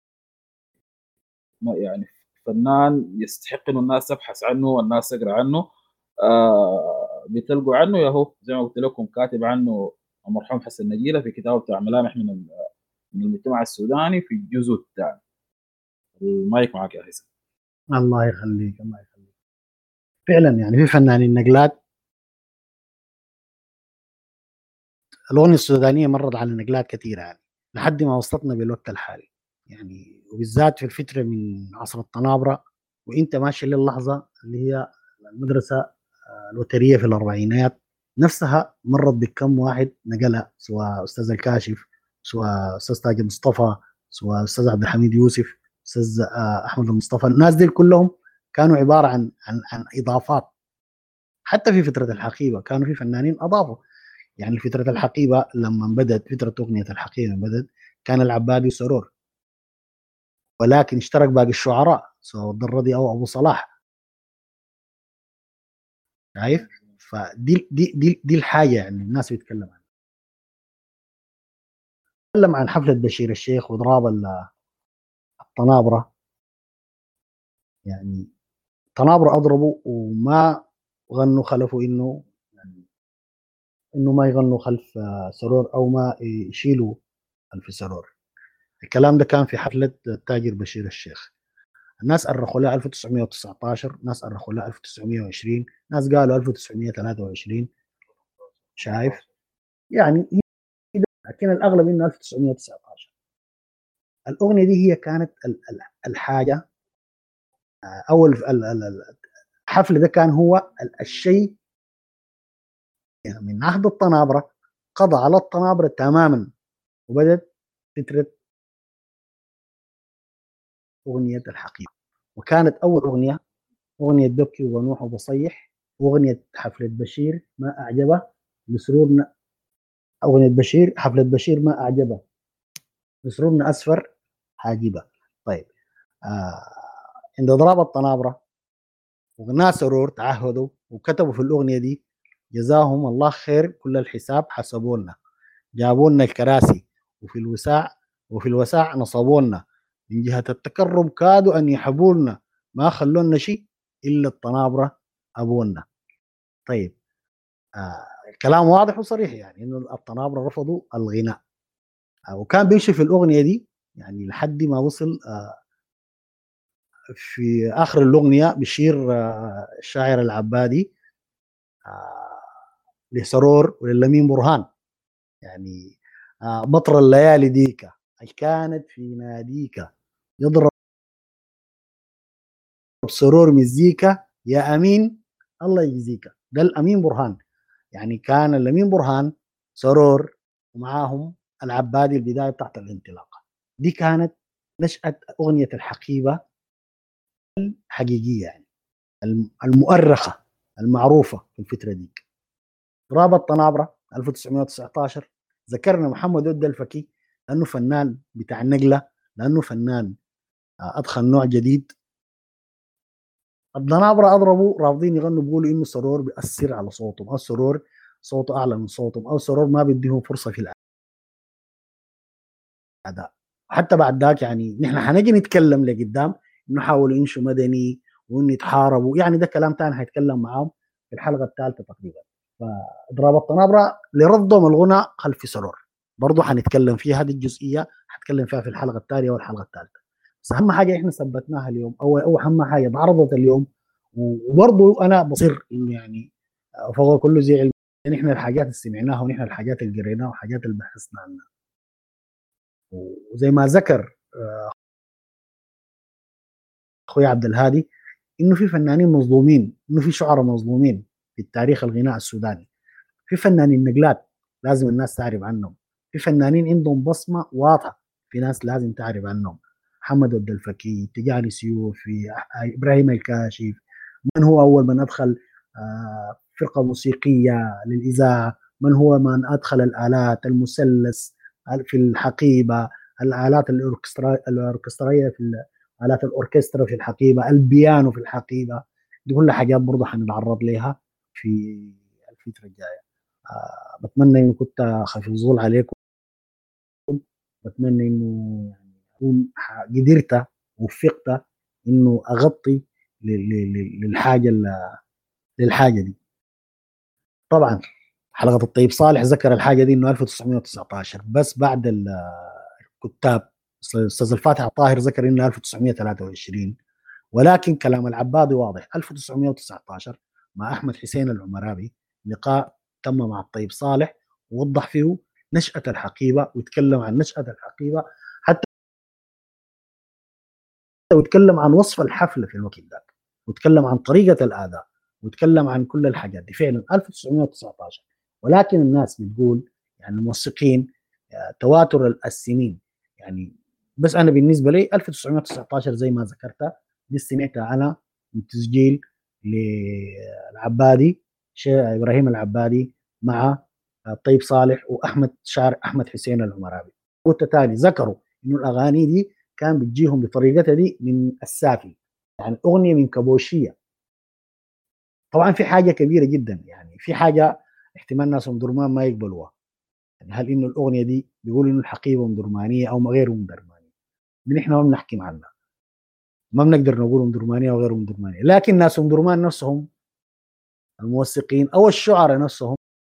ما- يعني فنان يستحق انه الناس تبحث عنه والناس تقرا عنه. آه بتلقوا عنه ياهو زي ما قلت لكم كاتب عنه المرحوم حسن نجيلة في كتابه بتاع ملامح من من المجتمع السوداني في الجزء الثاني. المايك معك يا هيثم. الله يخليك الله يخليك. فعلا يعني في فنانين نقلات، الأغنية السودانية مرت على نقلات كثيرة يعني لحد ما وصلتنا بالوقت الحالي يعني، وبالذات في الفترة من عصر الطنابرة وانت ماشي للحظة اللي هي المدرسة الوترية في الأربعينات نفسها مرت بكم واحد نقلها، سواء أستاذ الكاشف، سواء أستاذ تاج مصطفى، سواء أستاذ عبد الحميد يوسف، أستاذ أحمد المصطفى. الناس دي كلهم كانوا عبارة عن عن عن إضافات. حتى في فترة الحقيبة كانوا في فنانين أضافوا يعني. فترة الحقيبة لما بدأت فترة أغنية الحقيبة بدأت كان العبادي وسرور، ولكن اشترك باقي الشعراء سواء الضرادي أو أبو صلاح. شايف؟ فدي دي دي دي الحاجة يعني الناس بيتكلم عنها. تكلم عن حفلة بشير الشيخ وضراب الطنابرة. يعني طنابرة أضربوا وما غنوا خلفوا إنه يعني إنه ما يغنوا خلف سرور أو ما يشيلوا خلف سرور. الكلام ده كان في حفلة التاجر بشير الشيخ. الناس أرخوا لها ألف وتسعمية وتسعتاشر، ناس أرخوا لها ألف وتسعمية وعشرين، ناس قالوا ألف وتسعمية وثلاثة وعشرين. شايف؟ يعني لكن الأغلب إنه ألف وتسعمية وتسعتاشر. الأغنية دي هي كانت الحاجة أو الحفل ده كان هو الشيء يعني من عهد الطنابرة قضى على الطنابرة تماما، وبدت فترة أغنية الحقيقة. وكانت أول أغنية أغنية ببكي وبنوح وبصيح، وأغنية حفلة بشير ما أعجبه لسرورنا. أغنية بشير حفلة بشير ما أعجبه لسرورنا أسفر حاجبه. طيب آه عند ضراب الطنابرة وغناء سرور تعهدوا وكتبوا في الأغنية دي جزاهم الله خير كل الحساب حسبوا لنا، جابوا لنا الكراسي وفي الوساع وفي الوساع نصبوا لنا، من جهة التكرم كادوا أن يحبوا لنا، ما خلونا شيء إلا الطنابرة أبونا. طيب آه الكلام واضح وصريح يعني إنه الطنابرة رفضوا الغناء. آه وكان بيمشي في الأغنية دي يعني لحد ما وصل آه في آخر الأغنية بشير آه الشاعر العبادي آه لسرور وللمين برهان يعني آه بطر الليالي ديكا كانت في ناديكا يضرب سرور مزيكا يا أمين الله يجزيك. ده الأمين برهان يعني كان الأمين برهان سرور ومعاهم العبادي البداية بتاعت الانطلاقة دي كانت نشأة أغنية الحقيبة الحقيقية يعني المؤرخة المعروفة في الفترة دي. رابط الطنابرة ألف وتسعمية وتسعتاشر ذكرنا محمد ود الفكي لأنه فنان بتاع النقلة، لأنه فنان أدخل نوع جديد. الضنابرة أضربوا رافضين يغنوا بيقولوا إنه سرور بيأثر على صوتهم، أو سرور صوته أعلى من صوتهم، أو سرور ما بيديهم فرصة في الأداء. حتى بعد ذاك يعني نحن حنجي نتكلم لقدام إنه حاولوا ينشوا مدني وإنه يتحاربوا، يعني ده كلام تاني حيتكلم معاهم في الحلقة الثالثة تقريبا. فإضراب الطنابرة لرفضهم الغنى خلف سرور برضه حنتكلم فيها، هذه الجزئية حنتكلم فيها في الحلقة الثانية والحلقة الثالثة. بس أهم حاجة إحنا ثبتناها اليوم أو أو أهم حاجة اتعرضت اليوم، وبرضه انا بصير انه يعني فوق كله زي علم نحن الحاجات اللي سمعناها ونحن الحاجات اللي قريناها وحاجات اللي بحثنا عنها. وزي ما ذكر اخوي عبد الهادي انه في فنانين مظلومين، انه في شعراء مظلومين في التاريخ الغناء السوداني. في فنانين نقلات لازم الناس تعرف عنهم، في فنانين عندهم بصمه واضحه في ناس لازم تعرف عنهم. محمد ود الفكي، تجاني سيوفي، ابراهيم الكاشف. من هو أول من أدخل فرقة موسيقية للإذاعة؟ من هو من أدخل الآلات المثلث في الحقيبة، الآلات الأوركسترية في آلات الأوركسترا في الحقيبة، البيانو في الحقيبة. دي كل حاجات برضه حنتعرض لها في الفترة الجاية. أه بتمنى إنه كنت خفيف الظل عليكم، بتمنى إنه يعني أكون قدرت وفقت إنه أغطي للحاجة للحاجة دي. طبعا حلقه الطيب صالح ذكر الحاجه دي انه ألف وتسعمية وتسعة عشر، بس بعد الكتاب الاستاذ الفاتح الطاهر ذكر انه ألف وتسعمية وثلاثة وعشرين، ولكن كلام العبادي واضح ألف وتسعمية وتسعة عشر مع احمد حسين العمرابي، لقاء تم مع الطيب صالح ووضح فيه نشأة الحقيبة ويتكلم عن نشأة الحقيبة، حتى ويتكلم عن وصف الحفلة في الوقت ذاك، ويتكلم عن طريقة الآداء، ويتكلم عن كل الحاجات دي فعلا ألف وتسعمية وتسعة عشر. ولكن الناس بتقول يعني الموثقين تواتر السنين، يعني بس انا بالنسبه لي ألف وتسعمية وتسعة عشر زي ما ذكرتها دي سمعتها انا من تسجيل للعبادي شيخ ابراهيم العبادي مع طيب صالح واحمد شاعر احمد حسين العمرابي. قلت تاني ذكروا انه الاغاني دي كان بتجيهم بطريقتها دي من السافي، يعني اغنيه من كابوشيه. طبعا في حاجه كبيره جدا، يعني في حاجه احتمال ناس ام درمان ما يقبلوها، يعني هل انه الاغنيه دي بيقولوا انه الحقيبه ام درمانيه او غير ام درمانيه؟ دي نحن ما بنحكم عنها، ما بنقدر نقول ام درمانيه او غير ام درمانيه، لكن ناس ام درمان نفسهم الموثقين او الشعراء نفسهم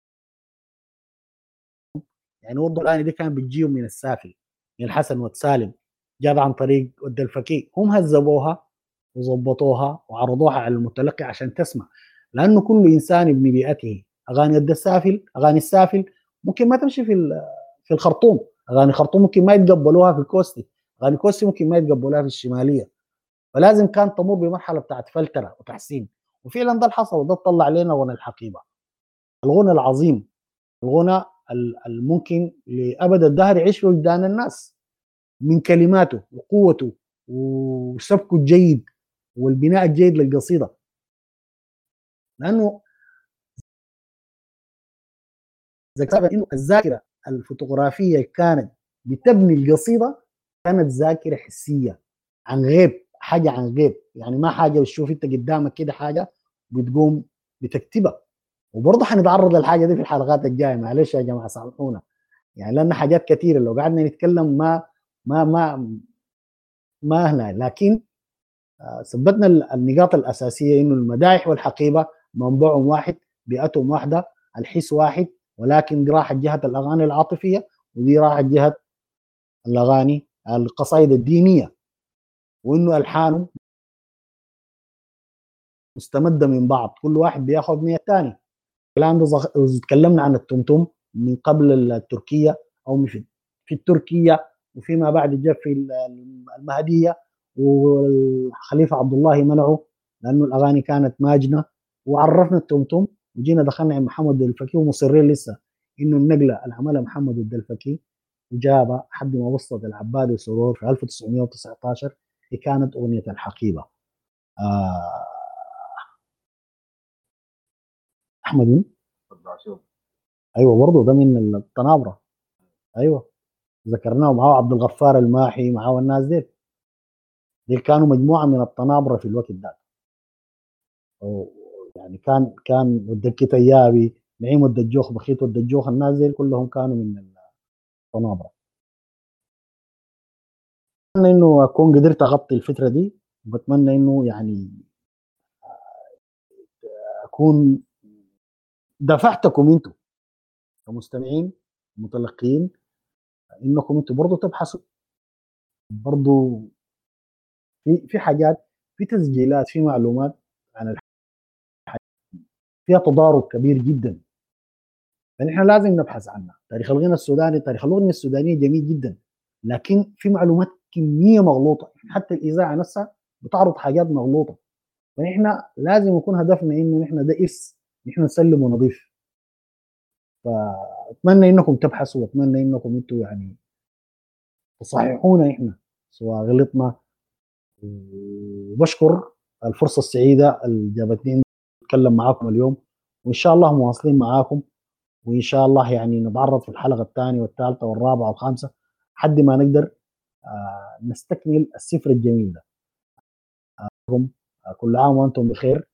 يعني وضعوا الاغاني دي كان بتجيهم من السافل، من الحسن والسالم، جاب عن طريق ود الفكي، هم هذبوها وظبطوها وعرضوها على المتلقي عشان تسمع، لانه كل انسان ابن بيئته. اغاني ود السافل، اغاني السافل ممكن ما تمشي في في الخرطوم، اغاني الخرطوم ممكن ما يتقبلوها في الكوستي، اغاني الكوستي ممكن ما يتقبلوها في الشماليه، فلازم كان تمر بمرحله بتاعت فلتره وتحسين، وفعلا ده اللي حصل، وده طلع لنا غنى الحقيبه، الغنى العظيم، الغنى الممكن لابد الدهر يعيش في وجدان الناس من كلماته وقوته وسبكه الجيد والبناء الجيد للقصيده. لانه انه الذاكره الفوتوغرافيه كانت بتبني القصيده كانت ذاكره حسيه عن غيب، حاجه عن غيب، يعني ما حاجه بتشوف انت قدامك كده حاجه بتقوم بتكتبها. وبرضه حنتعرض للحاجه دي في الحلقات الجايه، معلش يا جماعه سامحونا، يعني لان حاجات كثيره لو قعدنا نتكلم ما ما ما ما هنا، لكن ثبتنا النقاط الاساسيه انه المدائح والحقيبه منبعهم واحد، بيئتهم واحده، الحس واحد، ولكن دي راحت جهه الاغاني العاطفيه ودي راحت جهه الاغاني القصائد الدينيه، وانه الحانهم مستمده من بعض، كل واحد بياخذ من الثاني. الكلام ده زخ... تكلمنا عن التمتم من قبل التركيه او في في التركيه، وفيما بعد جاء في المهديه، والخليفه عبد الله منعه لانه الاغاني كانت ماجنه، وعرفنا التمتم وجينا دخلنا عند محمد الدلفكي ومصرين لسه انه النقله اللي عملها محمد الدلفكي وجابها حد ما وصلت العبادي وسرور في ألف وتسعمية وتسعة عشر اللي كانت اغنيه الحقيبه. آه احمد مين؟ ايوه برضه ده من الطنابره، ايوه ذكرناه معاه عبد الغفار الماحي معاه الناس دي دي كانوا مجموعه من الطنابره في الوقت ده، يعني كان كان ودكي تيابي، نعيم والدجوخ، بخيت والدجوخ، الناس دي كلهم كانوا من الطنابره. اتمنى انه اكون قدرت اغطي الفتره دي، وبتمنى انه يعني اكون دفعتكم انتم كمستمعين متلقين انكم انتم برضه تبحثوا، برضه في في حاجات، في تسجيلات، في معلومات عن الحاجة فيها تضارب كبير جدا، فنحن لازم نبحث عنها. تاريخ الغنى السوداني، تاريخ الاغنيه السودانيه جميل جدا، لكن في معلومات كميه مغلوطه، حتى الاذاعه نفسها بتعرض حاجات مغلوطه، فنحن لازم يكون هدفنا انه نحن ده ارث نحن نسلمه نظيف. فاتمنى انكم تبحثوا، واتمنى انكم انتم يعني تصححونا احنا سواء غلطنا، وبشكر الفرصه السعيده اللي جابتني اتكلم معاكم اليوم، وان شاء الله مواصلين معاكم، وان شاء الله يعني نتعرض في الحلقه الثانيه والثالثه والرابعه والخامسه لحد ما نقدر آه نستكمل السفر الجميل ده. آه كل عام وانتم بخير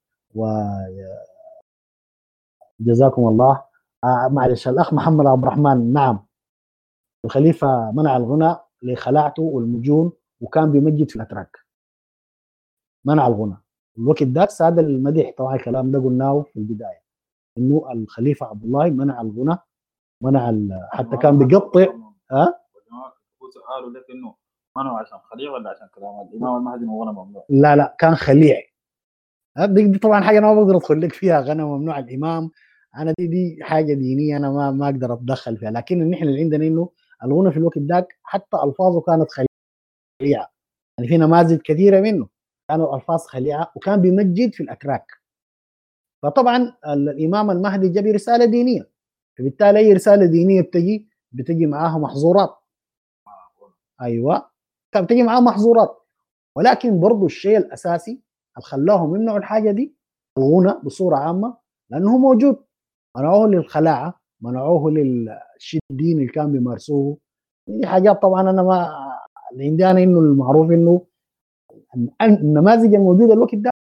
وجزاكم الله. آه معلش الاخ محمد عبد الرحمن، نعم الخليفه منع الغنى لخلاعته والمجون، وكان بيمجد في الاتراك، منع الغنى الوقت ده ساد المديح، طبعا الكلام ده قلناه في البدايه انه الخليفه عبد الله منع الغنى، منع حتى كان بيقطع. ها سؤاله لك انه منعوا عشان خليع ولا عشان كلام الامام المهدي انه غنى ممنوع؟ لا لا كان خليع. دي طبعا حاجه انا ما بقدر ادخل لك فيها، غنى ممنوع الامام، انا دي دي حاجه دينيه انا ما ما اقدر اتدخل فيها. لكن نحن اللي عندنا انه الغنى في الوقت ذاك حتى الفاظه كانت خليعه، يعني في نماذج كثيره منه كانوا الفاظ خليعه وكان بيمجد في الاتراك. فطبعا الامام المهدي جاب رساله دينيه، فبالتالي اي رساله دينيه بتجي بتجي معاها محظورات. ايوه كان بتجي معاها محظورات، ولكن برضه الشيء الاساسي اللي خلاهم يمنعوا الحاجه دي الغنى بصوره عامه لانه موجود. منعوه للخلاعه، منعوه للشيء الديني اللي كان بيمارسوه. دي حاجات طبعا انا ما اللي عندي انا انه المعروف انه النماذج الموجوده الوقت ده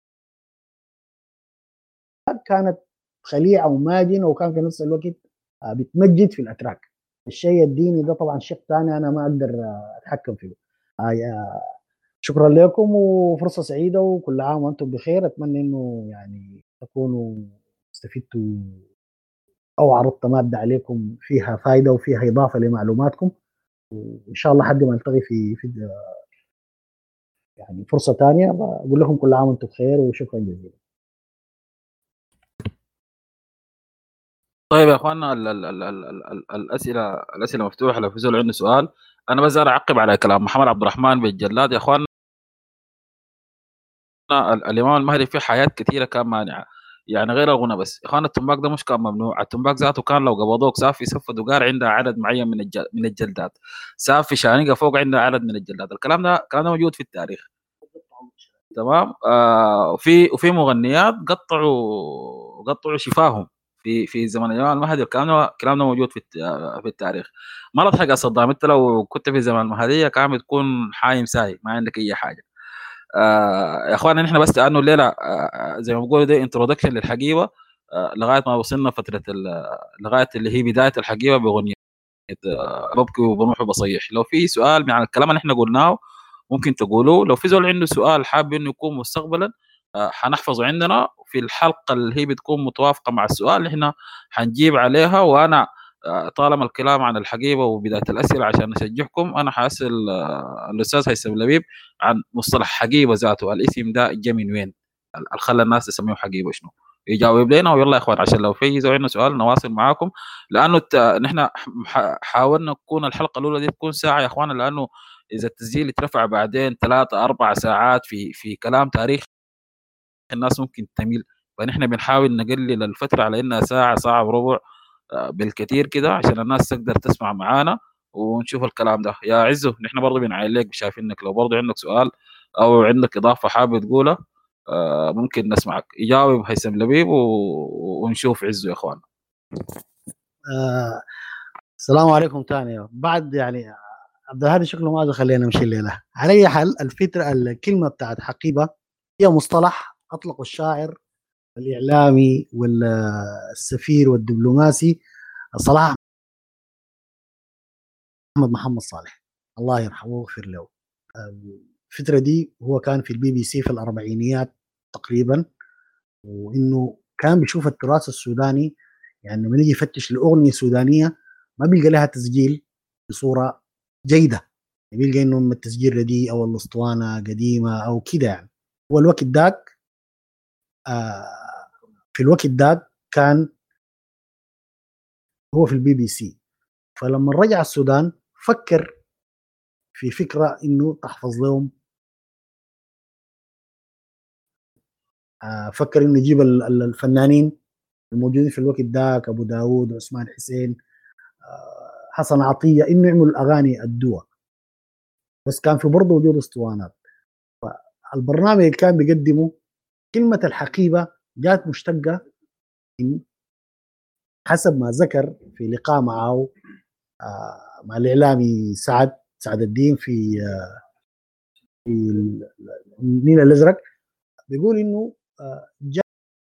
كانت خليعه وماجنه، وكان في نفس الوقت بتمجد في الاتراك. الشيء الديني ده طبعا شيء ثاني انا ما اقدر اتحكم فيه. شكرا لكم وفرصه سعيده وكل عام وانتم بخير. اتمنى انه يعني تكونوا استفدتوا او عرضت ماده عليكم فيها فائده وفيها اضافه لمعلوماتكم، وان شاء الله حد ما نلتقي في في يعني فرصه ثانيه. بقول لكم كل عام وانتم بخير وشكرا جزيلا. طيب يا اخواننا ال ال ال ال ال الاسئله الاسئله مفتوحه، لو في زول عنده سؤال. انا بس اعقب على كلام محمد عبد الرحمن بالجلاد. يا اخواننا الامام المهدي في حياه كثيره كان مانعه، يعني غير الغنى بس. يا اخواننا التنباك ده مش كان ممنوع، التنباك ذاته كان لو قبضوك سافي سفة دقار عندها عدد معين من الجل من الجلدات، سافي شانقه فوق عندها عدد من الجلدات. الكلام ده الكلام ده موجود في التاريخ، تمام. آه وفي وفي مغنيات قطعوا قطعوا شفاهم في في زمن الامام المهدي. الكلام ده الكلام ده موجود في في التاريخ. ما تضحك يا صدام، انت لو كنت في زمن المهديه كان بتكون حايم ساي ما عندك اي حاجه. آه يا اخوانا نحن بس لانه الليله آه زي ما بقولوا دي انترودكشن للحقيبه، آه لغايه ما وصلنا فتره لغايه اللي هي بدايه الحقيبه بغنيه آه ببكي وبنوح وبصيح. لو في سؤال عن الكلام اللي احنا قلناه ممكن تقولوا. لو في زول عنده سؤال حابب انه يكون مستقبلا آه حنحفظه عندنا في الحلقه اللي هي بتكون متوافقه مع السؤال اللي احنا حنجيب عليها. وانا آه طالما الكلام عن الحقيبه وبدايه الاسئله عشان نشجعكم، انا حاسال آه الاستاذ هيثم لبيب عن مصطلح حقيبه ذاته، الاسم ده جا من وين؟ اللي خلى الناس تسميه حقيبه شنو؟ يجاوب لنا. ويلا يا اخوان عشان لو في زول عنده سؤال نواصل معاكم، لانه نحن حاولنا نكون الحلقه الاولى دي تكون ساعه يا اخوانا، لانه اذا التسجيل اترفع بعدين ثلاثة اربع ساعات في في كلام تاريخ الناس ممكن تميل. فنحن بنحاول نقلل الفتره على انها ساعه ساعه وربع بالكثير كده عشان الناس تقدر تسمع معانا ونشوف الكلام ده. يا عزو نحن برضه بنعاين لك، شايفينك لو برضه عندك سؤال او عندك اضافه حابب تقولها ممكن نسمعك. يجاوب هيثم لبيب ونشوف عزو يا اخوان. آه السلام عليكم تاني. بعد يعني عبد الهادي شكله ما خلينا نمشي الليله. على اي حال الفكره الكلمه بتاعت حقيبه هي مصطلح اطلقه الشاعر والاعلامي والسفير والدبلوماسي صلاح احمد محمد صالح الله يرحمه ويغفر له. الفتره دي هو كان في البي بي سي في الاربعينيات تقريبا، وانه كان بيشوف التراث السوداني، يعني لما يجي يفتش لاغنيه سودانيه ما بيلقى لها تسجيل بصوره جيده، بيلقى انه التسجيل رديء او الاسطوانه قديمه او كده. يعني هو الوقت ذاك آه في الوقت ذاك كان هو في البي بي سي، فلما رجع السودان فكر في فكره انه تحفظ لهم، آه فكر انه يجيب الفنانين الموجودين في الوقت ذاك ابو داود وعثمان حسين آه حسن عطيه انه يعملوا الاغاني الدوا، بس كان في برضه وجود اسطوانات. فالبرنامج اللي كان بيقدمه كلمه الحقيبه جات مشتقه من حسب ما ذكر في لقاء معه آه مع الاعلامي سعد سعد الدين في آه في النيل الازرق، بيقول انه آه جاي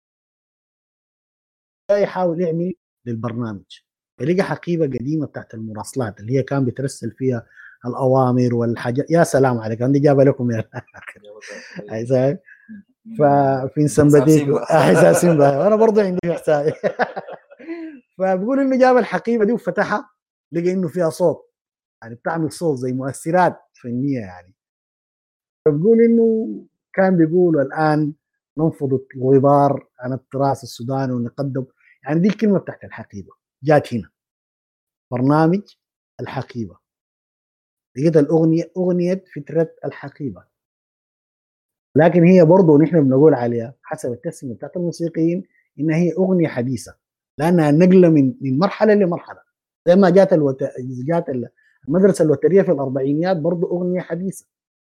يحاول يعمل للبرنامج، فلقى حقيبه قديمه بتاعت المراسلات اللي هي كان بيترسل فيها الاوامر والحاجات. يا سلام عليك، عندي جابه لكم يا اخر. ففي سمباتيك احساس سيمبا انا برضه عندي احساس. فبقول انه جاب الحقيبه دي وفتحها لقى انه فيها صوت، يعني بتعمل صوت زي مؤثرات فنيه يعني. فبقول انه كان بيقول الان ننفض الغبار عن التراث السوداني ونقدم، يعني دي الكلمه بتاعت الحقيبه جات هنا، برنامج الحقيبه. لقيت الاغنيه اغنيه فتره الحقيبه، لكن هي برضه نحن بنقول عليها حسب التسميه بتاعت الموسيقيين انها هي اغنيه حديثه، لانها نقله من من مرحله لمرحله. زي ما جات الوت... جات المدرسه الوتريه في الاربعينيات برضه اغنيه حديثه.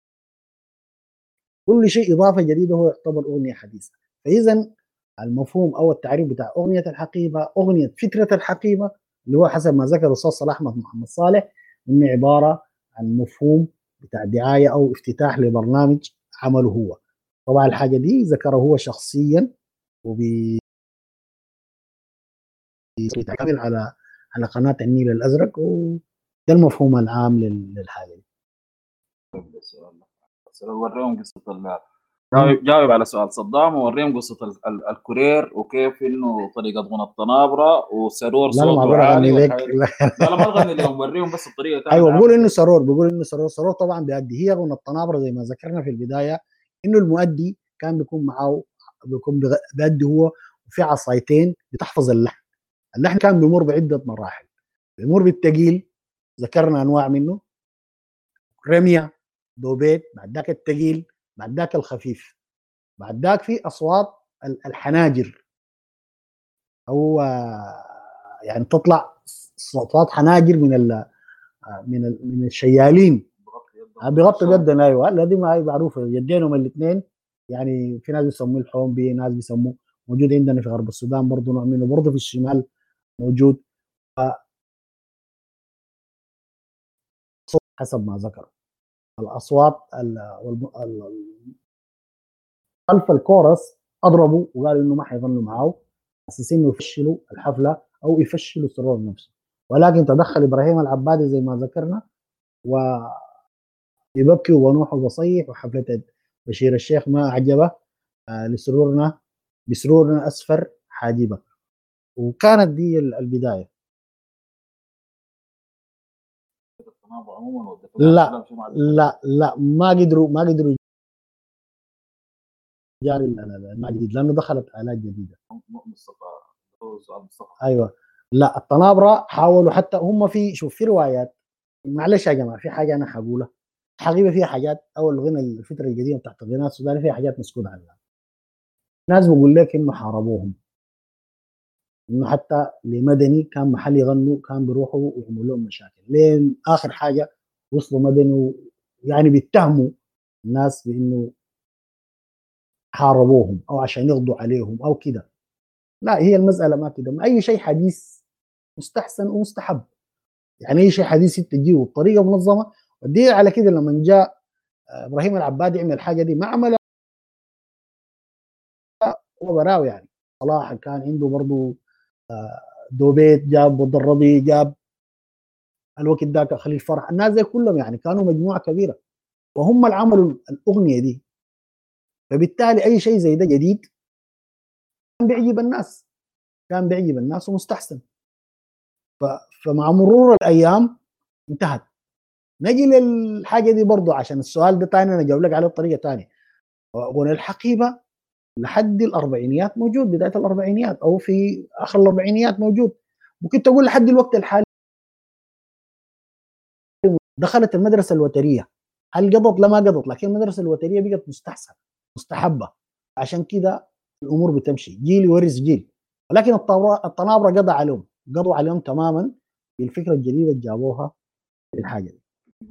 كل شيء اضافه جديده هو يعتبر اغنيه حديثه. فاذا المفهوم او التعريف بتاع اغنيه الحقيبه، اغنيه فتره الحقيبه، اللي هو حسب ما ذكر الاستاذ صلاح احمد محمد صالح انه عباره عن مفهوم بتاع دعايه او افتتاح لبرنامج عمله هو. طبعا الحاجه دي ذكره هو شخصيا وبيتعمل على على قناه النيل الازرق، وده المفهوم العام للحاجه دي. وريهم قصه جاوب جاوب على سؤال صدام، ووريهم قصه ال- ال- الكورير وكيف انه طريقه غنى الطنابره وسرور لا لا ما صوته اقول عالي اغني لك. والحاجات دي. لا لا ما تغني اليوم، وريهم بس الطريقه كانت ايوه بقول عامله انه كيف. سرور، بقول انه سرور سرور طبعا بيأدي. هي غنى الطنابره زي ما ذكرنا في البدايه انه المؤدي كان بيكون معه، بيكون بيغ- بيأدي هو وفي عصايتين بتحفظ اللحن. اللحن كان بيمر بعده مراحل، بيمر بالتقيل، ذكرنا انواع منه، رميه، دوبيت، بعد ذاك التقيل، بعد ذاك الخفيف، بعد ذاك في اصوات ال- الحناجر، او آه، يعني تطلع اصوات حناجر من ال من ال من الشيالين. آه، بيغطي بيدنا. ايوه لا دي ما هي معروفه، يدينهم الاثنين. يعني في ناس بيسموه الحومبي، ناس بيسموه، موجود عندنا في غرب السودان برضه نوع منه، برضه في الشمال موجود. حسب ما ذكر الاصوات ال- والم- ال- خلف الكورس اضربوا وقالوا انه ما حيظنوا معاه، اساسين انه يفشلوا الحفله او يفشلوا السرور نفسه. ولكن تدخل ابراهيم العبادي زي ما ذكرنا، ويبكي ونوح وبصيح، وحفله بشير الشيخ ما عجبه آه لسرورنا، بسرورنا اسفر حاجبه. وكانت دي ال- البدايه. لا لا لا ما قدروا ما قدروا جاري المجدد لانه دخلت الات جديده. ايوه لا الطنابره حاولوا، حتى هم في شوف في روايات، معلش يا جماعه في حاجه انا حقولها حقيقه، فيها حاجات او الغنى الفتره القديمه بتاعت الغناء السوداني فيها حاجات مسكوت عنها. ناس بقول لك انه حاربوهم، انه حتى لمدني كان محل يغنوا كان بيروحوا ويعملوا لهم مشاكل، لين اخر حاجه وصلوا مدني يعني بيتهموا الناس بانه حاربوهم او عشان يقضوا عليهم او كده. لا هي المساله ما كده، اي شيء حديث مستحسن ومستحب. يعني اي شيء حديث تجيه بطريقه منظمه. والدليل على كده لما جاء ابراهيم العبادي يعمل الحاجه دي ما عملها هو براوي، يعني صلاح كان عنده برضه دوبيت، جاب والضربي، جاب الوقت ذاك خليل فرح، الناس زي كلهم يعني كانوا مجموعه كبيره وهم اللي عملوا الاغنيه دي. فبالتالي اي شيء زي ده جديد كان بيعجب الناس، كان بيعجب الناس ومستحسن. فمع مرور الايام انتهت. نجي للحاجه دي برضه عشان السؤال ده تاني انا جاوب لك عليه بطريقه ثانيه. غنى الحقيبه لحد الاربعينيات موجود، بدايه الاربعينيات او في اخر الاربعينيات موجود. ممكن تقول لحد الوقت الحالي دخلت المدرسه الوتريه. هل قضت؟ لا ما قضت، لكن المدرسه الوتريه بقت مستحسنه مستحبه. عشان كده الامور بتمشي، جيل يورث جيل. ولكن الطنابره قضى عليهم، قضوا عليهم تماما بالفكره الجديده اللي جابوها في الحاجه دي.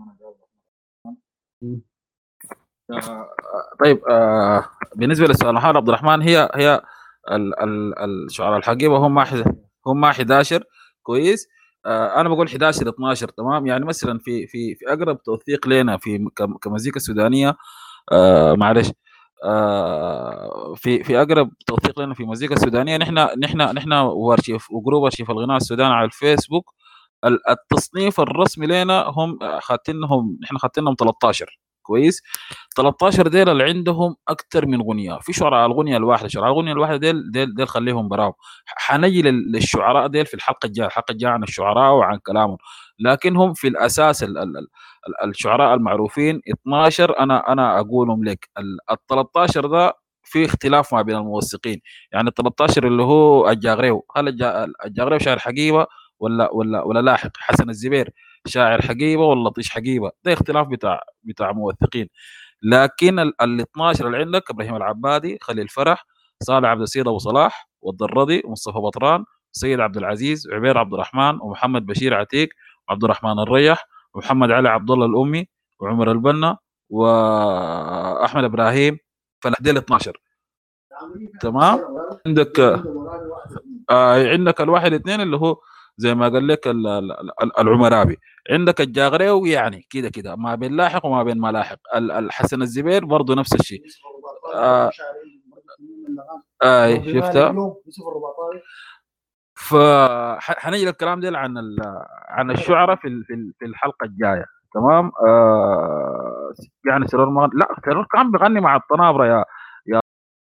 آه، طيب آه بالنسبه للسؤال محمد عبد الرحمن، هي هي ال- ال- الشعراء الحقيبه هم واحد، هم احد عشر كويس. آه انا بقول احد عشر اثناشر تمام. يعني مثلا في في في اقرب توثيق لنا في ك- كمزيكا سودانيه، آه معلش، آه في في اقرب توثيق لنا في المزيكا السودانيه، نحن نحن نحن وارشيف وجروب ارشيف الغناء السوداني على الفيسبوك. ال- التصنيف الرسمي لنا هم خاتنهم، نحن خاتنهم ثلاثة عشر كويس. ثلاثة عشر ديل اللي عندهم اكثر من غنيه، في شعراء الغنيه الواحده، شعراء الغنيه الواحده ديل ديل, ديل خليهم براهم. حنجي لل- للشعراء ديل في الحلقه الجايه، الحلقه الجايه عن الشعراء وعن كلامهم، لكنهم في الاساس ال ال ال ال- الشعراء المعروفين اثناشر. انا انا اقولهم لك. ال ثلاثة عشر ده في اختلاف ما بين الموثقين. يعني ال ثلاثة عشر اللي هو الجاغريو، هل الجا- الجاغريو شاعر حقيبه ولا ولا ولا لاحق؟ حسن الزبير شاعر حقيبه ولا لطيش حقيبه؟ ده اختلاف بتاع بتاع موثقين. لكن ال ال اثناشر اللي عندك ابراهيم العبادي، خليل فرح، صالح عبد السيد ابو صلاح، والضرضي، ومصطفى بطران، سيد عبد العزيز، عبير عبد الرحمن، ومحمد بشير عتيق، وعبد الرحمن الريح، ومحمد علي عبد الله الامي، وعمر البنا، واحمد ابراهيم. فالهديل اثناشر. تمام. عندك آه عندك الواحد اثنين اللي هو زي ما قال لك ال- ال- ال- العمرابي. عندك الجاغريو يعني كده كده ما بين لاحق وما بين ما لاحق. ال- الحسن الزبير برضه نفس الشيء. آه آه شفتها. فحنجي للكلام ده عن ال- عن الشعراء في ال- في ال- في الحلقه الجايه. تمام. آه يعني سرور ما لا سرور كان بيغني مع الطنابره يا يا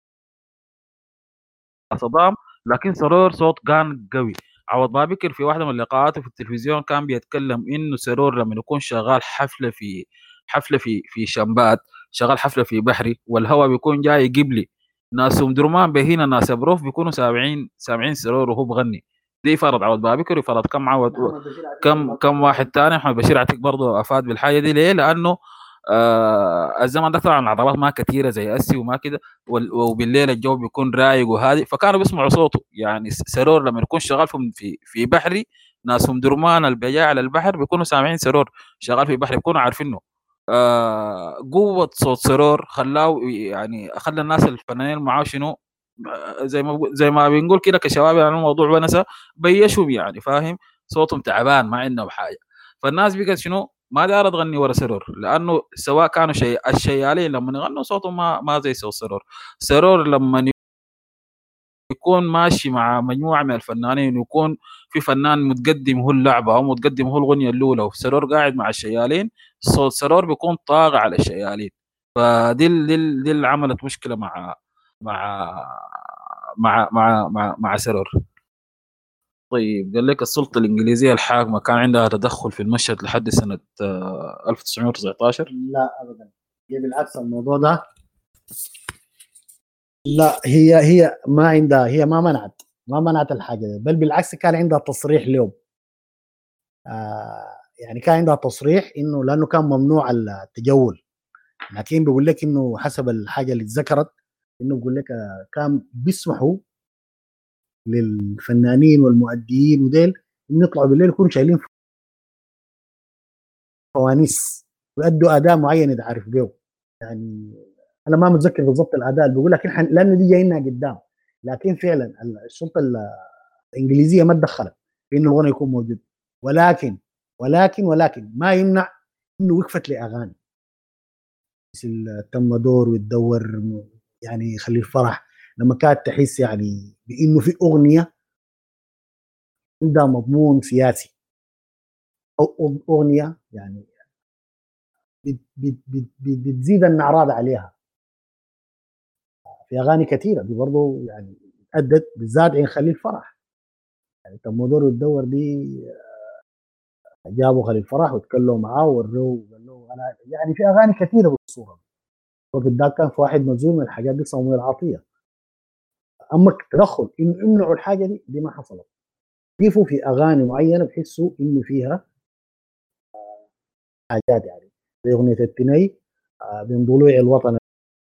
صدام، لكن سرور صوت كان قوي. عوض ما بكر في واحده من لقاءاته في التلفزيون كان بيتكلم انه سرور لما يكون شغال حفله في حفله في في شمبات، شغال حفله في بحري، والهواء بيكون جاي قبلي، ناس ام درمان بهنا ناس بروف بيكونوا سامعين سامعين سرور وهو بغني. دي فرض عوض ما بكر، وفرض كم عوض كم كم واحد تاني. احمد بشير عتيق برضه افاد بالحاجه دي. ليه؟ لانه آه الزمن ده طبعا العضلات ما كثيره زي اسي وما كده، وال- وبالليل الجو بيكون رايق وهادي، فكانوا بيسمعوا صوته. يعني س- سرور لما يكون شغال في في في بحري، ناس ام درمان البياع على البحر بيكونوا سامعين سرور شغال في بحري، بيكونوا عارفينه. آه قوه صوت سرور خلاه يعني خلى الناس الفنانين معاه شنو، آه، زي ما بقو- زي ما بنقول كده كشباب يعني الموضوع ونسى، بيشهم يعني فاهم، صوتهم تعبان ما عندهم حاجه. فالناس بقت شنو ما دار تغني ورا سرور، لانه سواء كانوا شيء الشيالين لما يغنوا صوتهم ما ما زي صوت سرور. سرور لما يكون ماشي مع مجموعه من الفنانين، ويكون في فنان متقدم هو اللعبه او متقدم هو الغنيه الاولى، وسرور قاعد مع الشيالين، صوت سرور بيكون طاغى على الشيالين. فدي ال- دي ال- دي اللي عملت مشكله مع مع مع مع مع, مع سرور. طيب قال لك السلطة الإنجليزية الحاكمة كان عندها تدخل في المشهد لحد سنة آه، ألف وتسعمائة وتسعة عشر. لا ابدا، هي بالعكس الموضوع ده. لا، هي هي ما عندها، هي ما منعت ما منعت الحاجه دي، بل بالعكس كان عندها تصريح له. آه يعني كان عندها تصريح انه لانه كان ممنوع التجول، لكن بيقول لك انه حسب الحاجه اللي اتذكرت انه بيقول لك آه، كان بيسمحوا للفنانين والمؤديين وديل انه يطلعوا بالليل يكونوا شايلين فوانيس ويؤدوا اداء معين يتعرف به. يعني انا ما متذكر بالضبط الاداء اللي بيقول، لكن حن... لانه دي جاينا قدام. لكن فعلا السلطه الانجليزيه ما تدخلت في انه الغنى يكون موجود، ولكن ولكن ولكن ما يمنع انه وقفت لاغاني مثل تم دور وتدور. يعني خلي الفرح لما كانت تحس يعني بانه في اغنيه عندها مضمون سياسي، او اغنيه يعني بت بت بت بت بتزيد النعراض عليها. في اغاني كثيره دي برضه يعني ادت بالذات عين خليل فرح. يعني تم دور وتدور دي جابوا خليل فرح وتكلموا معاه ووروه وقال له انا يعني في اغاني كثيره بالصوره. الوقت ده كان في واحد مزول من الحاجات دي صمويل عطيه. اما التدخل انه يمنعوا الحاجه دي دي ما حصلت. ضيفوا في اغاني معينه بحسوا انه فيها حاجات يعني زي اغنيه التني آه، من ضلوع الوطن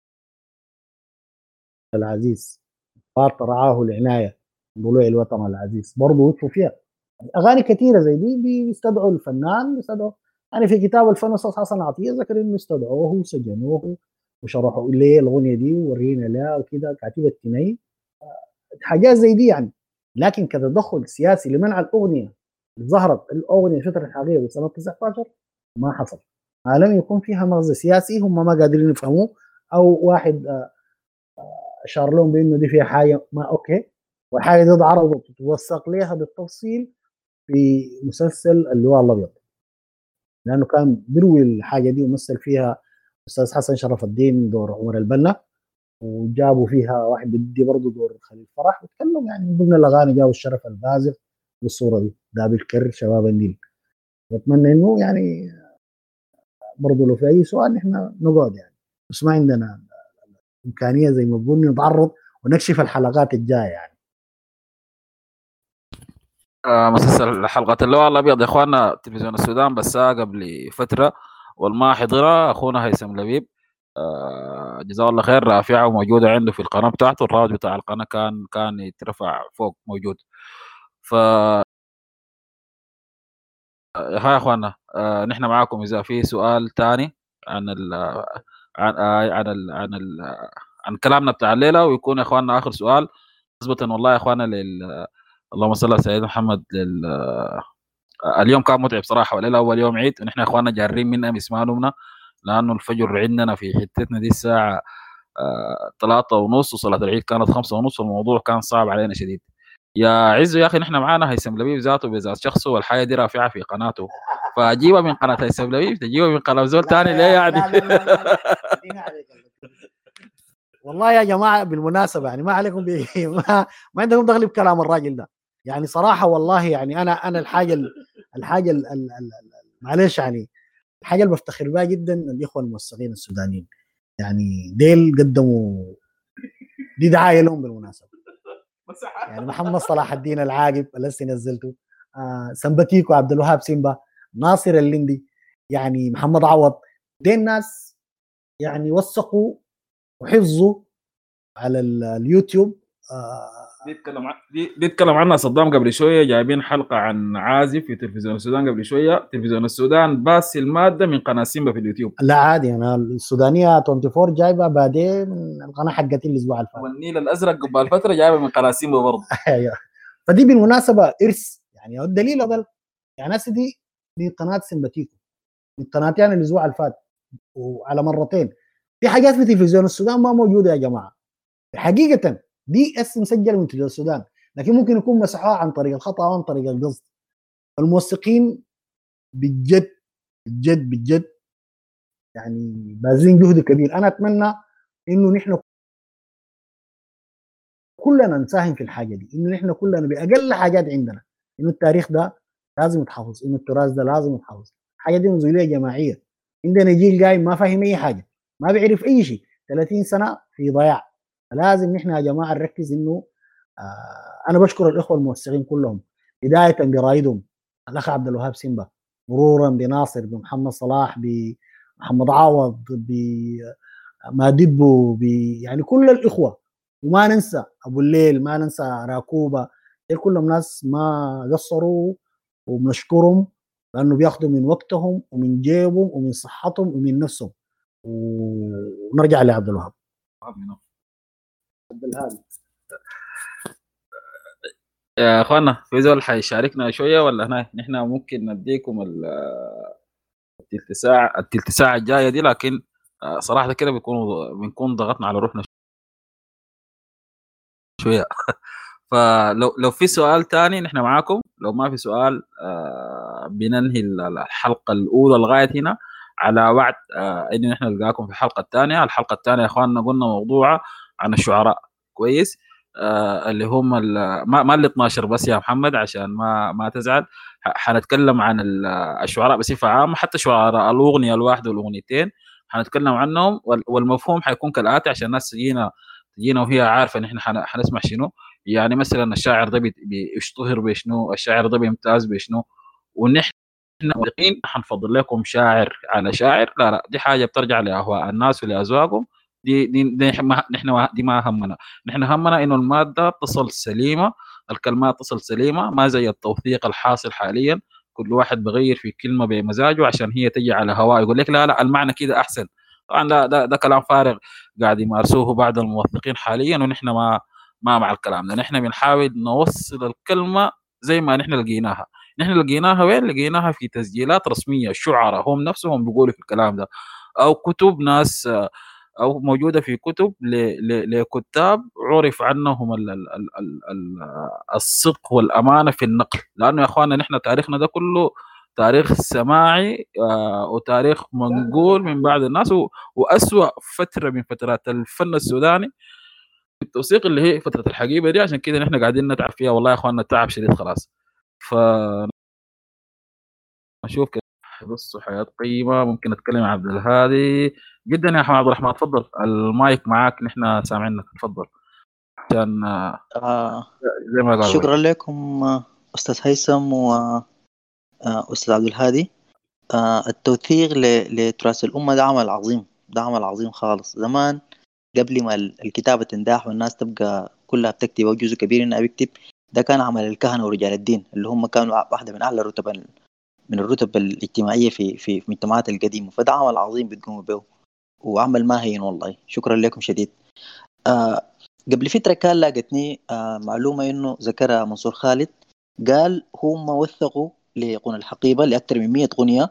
العزيز، فار رعاه العنايه من ضلوع الوطن العزيز، برضه وقفوا فيها. اغاني كثيره زي دي بيستدعوا الفنان، بيستدعوا. يعني في كتاب الفن الاستاذ حسن عطيه ذكر انه استدعوه وسجنوه وشرحوا ليه الاغنيه دي وورينا لها وكده كاتبه التني حاجات زي دي يعني. لكن كتدخل سياسي لمنع الاغنيه اللي ظهرت الاغنيه الفتره الحاليه بسنه تسعة عشر ما حصل. ما لم يكون فيها مغزى سياسي هم ما قادرين يفهموه، او واحد آه، اشار لهم بانه دي فيها حاجه ما اوكي، والحاجه دي اتعرضت وتوثق لها بالتفصيل في مسلسل اللواء الابيض، لانه كان بيروي الحاجه دي ومثل فيها استاذ حسن شرف الدين دور عمر البنا، وجابوا فيها واحد بدي برضه دور خليل فرح، وتكلم يعني من ضمن الاغاني جابوا الشرف البازغ بالصوره دي، داب الكر شباب النيل. بتمنى انه يعني برضه لو في اي سؤال نحن نقعد يعني، بس ما عندنا امكانيه زي ما بقول نتعرض ونكشف الحلقات الجايه يعني. آه، مسلسل حلقة اللواء الأبيض يا إخواننا تلفزيون السودان بس قبل فترة، والما حضرها أخونا هيثم لبيب. آه، جزاه الله خير، رافعة وموجودة عنده في القناة بتاعته، الرابط بتاع القناة كان كان يترفع فوق موجود. ف ها يا اخوانا، آه نحن معاكم اذا في سؤال تاني عن ال عن آه عن ال عن ال عن كلامنا بتاع الليله، ويكون يا اخوانا اخر سؤال نسبة والله يا اخوانا لل اللهم صل على سيدنا محمد. لل اليوم كان متعب صراحه، وليله اول يوم عيد، ونحن يا اخوانا جارين من امس ما نمنا، لانه الفجر عندنا في حتتنا دي الساعه آه، ثلاثة ونص، وصلاة العيد كانت خمسة ونص، والموضوع كان صعب علينا شديد. يا عزو يا اخي نحن معانا هيثم لبيب ذاته بذات شخصه، والحياه دي رافعه في قناته، فجيبها من قناه هيثم لبيب تجيبها من قناه زول ثاني ليه يعني؟ لا لا لا لا, لا. عليك. والله يا جماعه بالمناسبه يعني ما عليكم بي... ما, ما عندكم دخل بكلام الراجل ده يعني صراحه. والله يعني انا انا الحاجه الحاجه ال... ال... ال... معلش يعني الحاجه اللي بفتخر بها جدا الاخوه الموثقين السودانيين، يعني ديل قدموا دي دعايه لهم بالمناسبه. يعني محمد صلاح الدين العاقب اللي نزلته، آه سمباتيكو عبد الوهاب سيمبا، ناصر الليندي، يعني محمد عوض، دي الناس يعني وثقوا وحفظوا على اليوتيوب. آه بيتكلم عن دي بيتكلم عنها صدام قبل شويه، جايبين حلقه عن عازف في تلفزيون السودان قبل شويه، تلفزيون السودان باس الماده من قناه سيمبا في اليوتيوب. لا عادي، انا السودانيه أربعة وعشرين جايبه بعدين من القناه حقتي الاسبوع اللي فات، والنيل الازرق قبل فتره جايبه من قناه سيمبا برضه. ايوه. فدي بالمناسبه ارث يعني، الدليل هذا يعني هسه دي دي قناه سمباتيكو من قناتي يعني الاسبوع اللي فات وعلى مرتين. في حاجات في تلفزيون السودان ما موجوده يا جماعه حقيقه، دي اس مسجل من تلفزيون السودان، لكن ممكن يكون مسحوها عن طريق الخطا او عن طريق القصد. الموثقين بجد بجد بجد يعني باذلين جهد كبير. انا اتمنى انه نحن كلنا نساهم في الحاجه دي، انه نحن كلنا باقل حاجات عندنا، انه التاريخ ده لازم يتحفظ، انه التراث ده لازم يتحفظ. الحاجه دي مسؤوليه جماعيه. عندنا جيل قايم ما فاهم اي حاجه، ما بيعرف اي شيء، ثلاثين سنه في ضياع. فلازم نحن يا جماعه نركز انه آه انا بشكر الاخوه الموثقين كلهم، بدايه برائدهم الاخ عبد الوهاب سيمبا، مرورا بناصر، بمحمد صلاح، بمحمد عوض، بمادبو، يعني كل الاخوه، وما ننسى ابو الليل، ما ننسى راكوبه. دول كلهم ناس ما قصروا وبنشكرهم لانه بياخذوا من وقتهم ومن جيبهم ومن صحتهم ومن نفسهم. ونرجع لعبد الوهاب. عبد الهادي يا اخوانا في زول حيشاركنا شويه ولا هنا نحن ممكن نديكم ال- التلت ساعه التلت ساعه الجايه دي، لكن آه، صراحه كده بيكون بنكون ضغطنا على روحنا شويه. فلو لو في سؤال تاني نحن معاكم، لو ما في سؤال آه بننهي الحلقه الاولى لغايه هنا، على وعد آه ان نحن نلقاكم في الحلقه الثانيه. الحلقه الثانيه يا اخواننا قلنا موضوع عن الشعراء كويس، آه اللي هم ال- ما ما ال اثناشر بس يا محمد عشان ما ما تزعل. ح- حنتكلم عن ال- الشعراء بصفه عامه، حتى شعراء الاغنيه الواحده والاغنيتين حنتكلم عنهم، وال- والمفهوم حيكون كالاتي عشان الناس تجينا تجينا وهي عارفه ان احنا حن- حنسمع شنو. يعني مثلا الشاعر ده بي- بيشتهر بشنو، الشاعر ده بيمتاز بشنو، ونحن واثقين حنفضل لكم شاعر على شاعر. لا لا، دي حاجه بترجع لاهواء الناس ولاذواقهم. دي دي, دي ما نحن دي ما همنا. نحن همنا انه الماده تصل سليمه، الكلمات تصل سليمه، ما زي التوثيق الحاصل حاليا، كل واحد بغير في كلمه بمزاجه عشان هي تجي على هواء، يقول لك لا لا المعنى كده احسن. طبعا ده ده, ده كلام فارغ قاعد يمارسوه بعض الموثقين حاليا، ونحن ما ما مع الكلام ده. نحن بنحاول نوصل الكلمه زي ما نحن لقيناها. نحن لقيناها وين؟ لقيناها في تسجيلات رسميه، الشعراء هم نفسهم بيقولوا في الكلام ده، او كتب ناس، او موجوده في كتب ل- ل- لكتاب عرف عنهم ال- ال- ال- ال- ال- الصدق والامانه في النقل. لانه يا اخواننا نحن تاريخنا ده كله تاريخ سماعي آه وتاريخ منقول من بعض الناس، وأسوأ فترة من فترات الفن السوداني في التوثيق اللي هي فترة الحقيبة دي. عشان كده نحن قاعدين نتعب فيها والله يا اخواننا، التعب شديد خلاص. فنشوف كيف بصوا حياة قيمة. ممكن نتكلم عن عبد الهادي جدا يا احمد عبد الرحمن، تفضل المايك معاك، نحن سامعينك، تفضل. عشان آه زي ما قالوا شكرا لكم أستاذ هيثم وأستاذ عبد الهادي. آه التوثيق لتراث الأمة ده عمل عظيم، ده عمل عظيم خالص. زمان قبل ما الكتابة تنداح والناس تبقى كلها بتكتب أو جزء كبير إنها بيكتب، ده كان عمل الكهنة ورجال الدين اللي هم كانوا واحدة من أعلى الرتب من الرتب الاجتماعية في في المجتمعات القديمة. فده عمل عظيم بتقوموا به وعمل ما هين والله. شكرا لكم شديد. آه قبل فترة كان لاقتني آه معلومة إنه ذكرها منصور خالد، قال هم وثقوا لغنى الحقيبة لأكثر من مئة غنية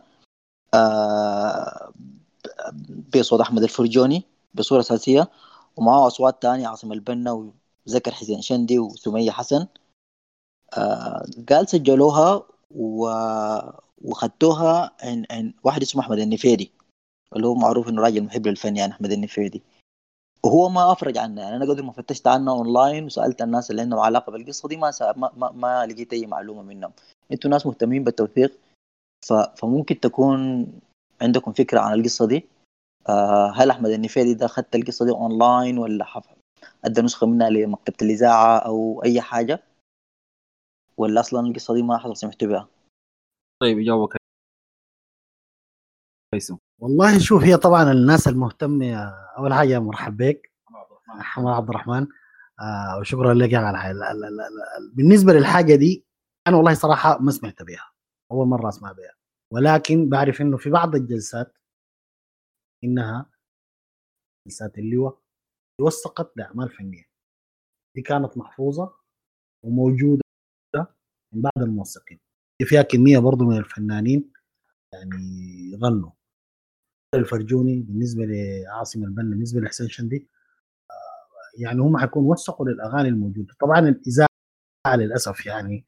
آه بصوت أحمد الفرجوني بصورة أساسية، ومعه أصوات تانية عاصم البنا وذكر حسين شندي وسمية حسن. آه قال سجلوها و... وخدتوها عن عن واحد اسمه أحمد النفيدي، اللي هو معروف إنه راجل محب للفن يعني أحمد النفيدي، وهو ما افرج عنه. يعني انا قدر ما فتشت عنه اونلاين وسالت الناس اللي عندهم علاقه بالقصه دي، ما سا... ما, ما, ما لقيت اي معلومه منهم. انتوا ناس مهتمين بالتوثيق، ف... فممكن تكون عندكم فكره عن القصه دي. آه هل احمد النفيدي ده اخذت القصه دي اونلاين ولا حف... ادى نسخه منها لمكتبه الاذاعه او اي حاجه، ولا اصلا القصه دي ما حصل سمعت بها؟ طيب يجاوبك هيثم. والله شوف، هي طبعا الناس المهتمه اول حاجه مرحب بك محمد عبد الرحمن، آه وشكرا لك على الحاجة. لا لا لا لا. بالنسبه للحاجه دي انا والله صراحه ما سمعت بها، اول مره اسمع بها، ولكن بعرف انه في بعض الجلسات انها جلسات اللواء وثقت لاعمال فنيه دي كانت محفوظه وموجوده من بعض الموثقين. فيها كميه برضو من الفنانين يعني غنوا. الفرجوني بالنسبه لعاصم البنا، بالنسبه لحسين شندي، يعني هم حيكون وثقوا للاغاني الموجوده. طبعا الاذاعه للاسف يعني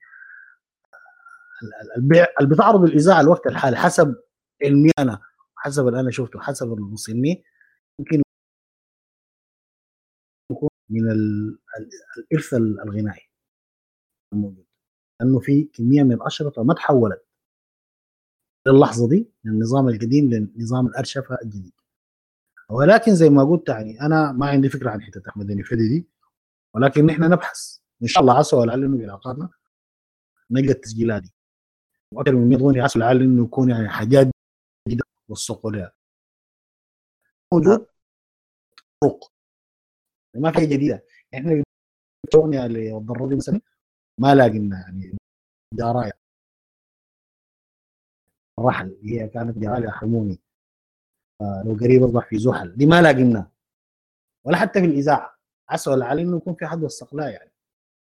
البيع اللي بتعرض الاذاعه الوقت الحالي حسب علمي انا، حسب اللي انا شفته، حسب المصني، ممكن يكون من ال- ال- الارث الغنائي الموجود، لانه في كميه من الاشرطه ما تحولت للحظه دي من النظام القديم لنظام الارشفه الجديد. ولكن زي ما قلت يعني انا ما عندي فكره عن حته احمد النفيدي دي، ولكن نحن نبحث ان شاء الله عسى ولعل انه بعلاقاتنا نلقى التسجيلات دي، واكثر من مئة اغنيه عسى ولعل انه يكون يعني حاجات جديده وثقوا لها موجود طرق ما في جديده. احنا اغنيه للضروري مثلا ما لاقينا يعني جرايه الرحل هي كانت جرايه حرموني، لو قريب اصبح في زحل دي ما لاقينا، ولا حتى في الاذاعه عسى ولعل انه يكون في حد وثق لها يعني.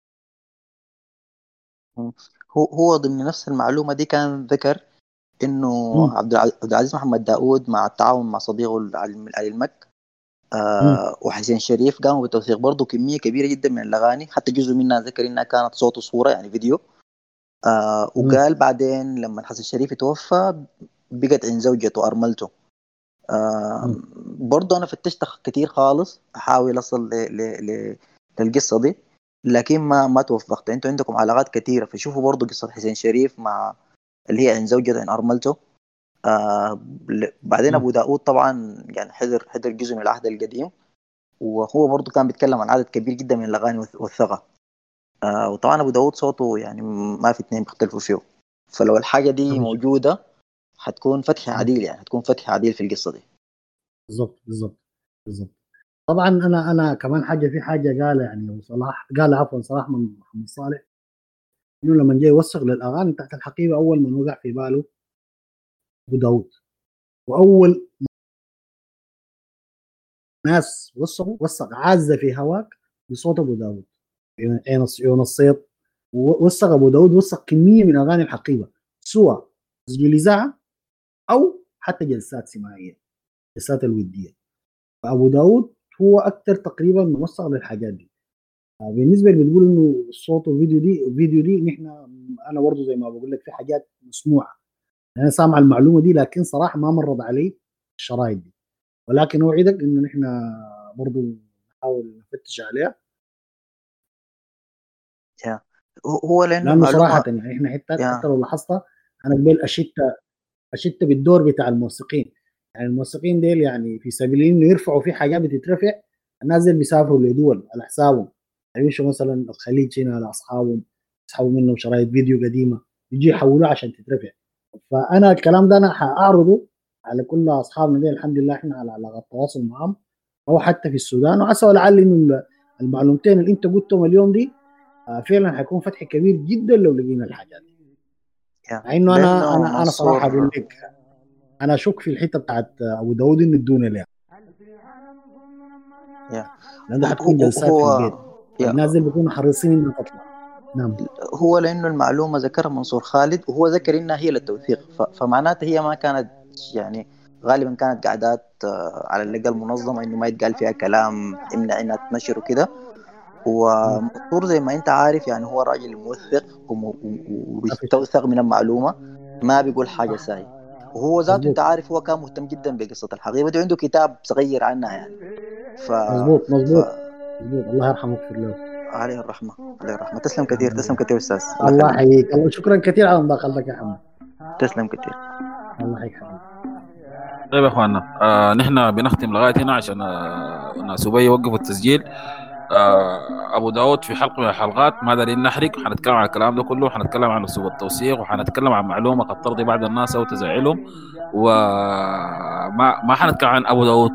هو هو ضمن نفس المعلومه دي كان ذكر انه مم. عبد الع- عبد العزيز محمد داود مع التعاون مع صديقه علي علي المك مم. آه وحسين شريف قاموا بتوثيق برضه كميه كبيره جدا من الاغاني، حتى جزء منها ذكر انها كانت صوت وصوره يعني فيديو. آه مم. وقال بعدين لما حسن شريف توفى بقت عند زوجته ارملته. آه مم. برضه انا فتشت كتير خالص احاول اصل ل ل ل للقصه دي، لكن ما ما توفقت. انتوا عندكم علاقات كثيره، فشوفوا برضه قصه حسين شريف مع اللي هي عند زوجته عند ارملته. آه ل- بعدين مم. ابو داود طبعا يعني حضر حضر جزء من العهد القديم، وهو برضه كان بيتكلم عن عدد كبير جدا من الاغاني والث- والثغى. آه وطبعا ابو داود صوته يعني ما في اتنين بيختلفوا فيه. فلو الحاجه دي موجوده حتكون فتح مم. عديل، يعني حتكون فتح عديل في القصه دي. بالضبط بالضبط بالضبط. طبعا انا انا كمان حاجه، في حاجه قال يعني أبو صلاح، قال عفوا صلاح من محمد صالح، انه لما جاي يوثق للاغاني تحت الحقيبه اول من وقع في باله ابو داود، واول ناس وثقوا وثق عازه في هواك بصوت ابو داود، عيون الصيد. ووثق ابو داود وثق كميه من اغاني الحقيبه سواء تسجيل اذاعه او حتى جلسات سماعيه، جلسات الوديه. فابو داود هو اكثر تقريبا موثق للحاجات دي. بالنسبه اللي بتقول انه الصوت والفيديو دي الفيديو دي نحن انا برضه زي ما بقول لك في حاجات مسموعه انا سامع المعلومه دي لكن صراحه ما مرت علي الشرايط دي، ولكن اوعدك انه نحن برضو نحاول نفتش عليها. يا هو هو لانه لانه صراحه المعلومه يعني احنا حتى حتى يا لو لاحظت انا قبل اشت اشت بالدور بتاع الموثقين، يعني الموثقين ديل يعني في سبيل انه يرفعوا في حاجات بتترفع، الناس ديل بيسافروا لدول على حسابهم، يمشوا مثلا الخليج هنا لاصحابهم، يسحبوا منهم شرايط فيديو قديمه يجي يحولوها عشان تترفع. فانا الكلام ده انا حاعرضه على كل اصحابنا دي، الحمد لله احنا على علاقه تواصل معهم، او حتى في السودان، وعسى ولعل انه المعلومتين اللي انت قلتهم اليوم دي آه، فعلا حيكون فتح كبير جدا لو لقينا الحاجات دي. يا مع انه انا لانه انا انا صراحه اقول منصور لك انا اشك في الحته بتاعت ابو داود انه ادونا لها، يا لان ده هو حتكون جلسات في هو البيت يا والناس اللي بيكونوا حريصين انها تطلع. نعم. هو لانه المعلومه ذكرها منصور خالد، وهو ذكر انها هي للتوثيق، ف- فمعناتها هي ما كانت يعني غالبا كانت قعدات آه، على الاقل منظمه، انه ما يتقال فيها كلام يمنع انها تنشر وكده. مم. ومنصور زي ما انت عارف يعني هو راجل موثق وم- و- ما في شك. وبيستوثق من المعلومه، ما بيقول حاجه ساي. وهو ذاته انت مظبوط عارف هو كان مهتم جدا بقصه الحقيبه دي، عنده كتاب صغير عنها يعني. ف مظبوط ف مظبوط مظبوط. الله يرحمه ويغفر له. عليه الرحمه، عليه الرحمه. تسلم كثير، آمين. تسلم كثير استاذ، الله الله يخليك. يحييك، الله شكرا كثير على مداخلتك يا حمد. تسلم كثير. الله يحييك حبيبي. طيب يا اخواننا، آه نحن بنختم لغايه هنا عشان آه ناس ابي يوقفوا التسجيل. آه ابو داود في حلقه من الحلقات ما دارين نحرق، وحنتكلم عن الكلام ده كله، وحنتكلم عن اسلوب التوثيق، وحنتكلم عن معلومه قد ترضي بعض الناس او تزعلهم، وما ما حنتكلم عن ابو داود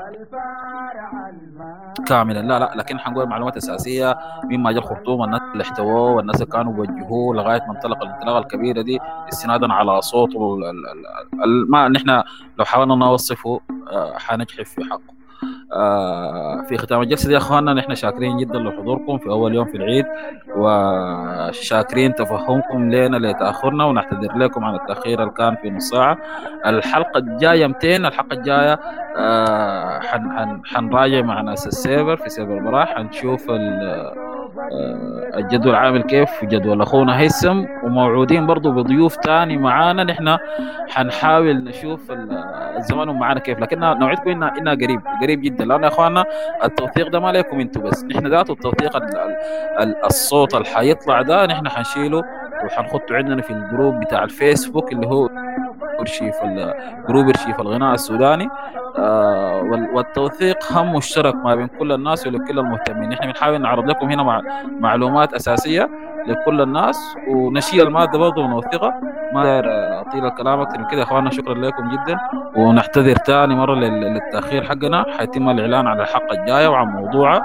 كاملا، لا لا، لكن حنقول معلومات اساسيه مما جاء الخرطوم، الناس اللي احتووه والناس اللي كانوا بيوجهوه لغايه ما انطلق الانطلاقه الكبيره دي، استنادا على صوته ال- ال- ال- ال- ما نحن لو حاولنا نوصفه آه، حنجحف في حقه. آه، في ختام الجلسه دي يا اخواننا، نحن شاكرين جدا لحضوركم في اول يوم في العيد، وشاكرين تفهمكم لنا لتاخرنا، ونعتذر لكم عن التاخير اللي كان في نص ساعه. الحلقه الجايه مئتين، الحلقه الجايه آه حن حن حنراجع مع ناس السيرفر في سيرفر براح، حنشوف آه، الجدول عامل كيف، جدول اخونا هيثم، وموعودين برضو بضيوف تاني معانا. نحن حنحاول نشوف الزمان معانا كيف، لكن نوعدكم انها انها قريب قريب جدا، لان يا اخواننا التوثيق ده ما لكم انتم بس، نحن ذاته التوثيق ال- ال- ال- الصوت اللي حيطلع ده نحن حنشيله وحنحطه عندنا في الجروب بتاع الفيسبوك اللي هو ارشيف جروب ارشيف الغناء السوداني. آه والتوثيق هم مشترك ما بين كل الناس ولكل المهتمين. نحن بنحاول نعرض لكم هنا مع معلومات اساسيه لكل الناس، ونشيل الماده برضه ونوثقها. ما داير اطيل الكلام اكثر من كده يا اخواننا، شكرا لكم جدا، ونعتذر ثاني مره لل- للتاخير حقنا. حيتم الاعلان على الحلقه الجايه وعن موضوعها.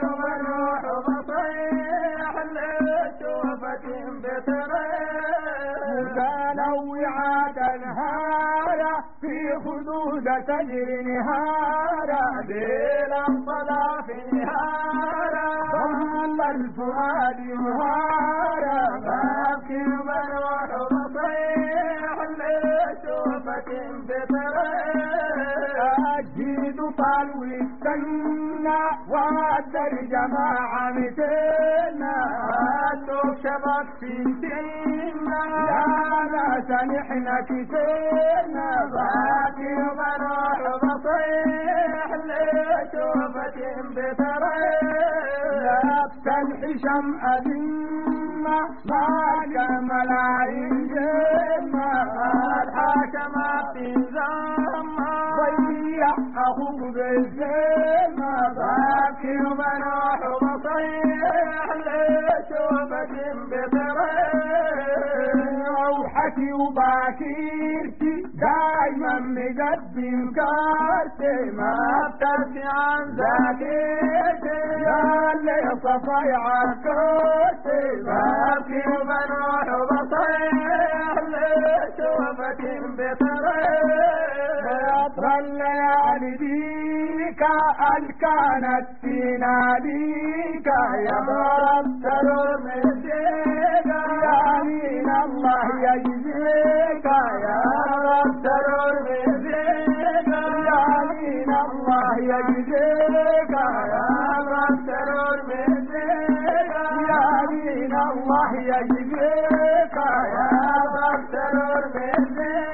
في خدود تجري نهارا ليل الصلاة في نهارا ضل الفؤاد مهارا بابكي بروح بصيح لشوفة بطريق أجيد طال والسنة وأدر جماعة مثلنا أدوك شبك في سنة يا ناس نحن كسينا باقي بروح بصيح لشوفة بطريق لابس الحشم أدمة ما كمل عين جمة الحاكمة في زمة ضيع أخوك بالزمة باقي بروح بصيح لشوفة بطريق روحتي وباكيرتي دايما مقدم كارتي ما بترسي عن ذاكرتي يا اللي صفايع كرتي بابكي وبروح وبصيح لشوفة بطريق يطرى الليالي ديكا الكانت في ناديك يا ضرب سرور من جيكا يا مين الله يجزيك يا رب سرور بيزيك يا مين الله يجزيك يا رب سرور بيزيك يا مين الله يجزيك يا رب سرور بيزيك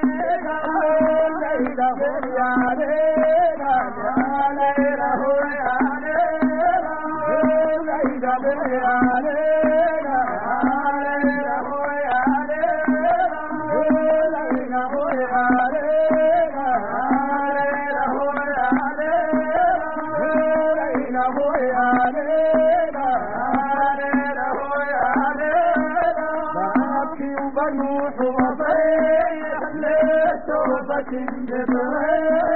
بنوح وصيح للتوبة بطريق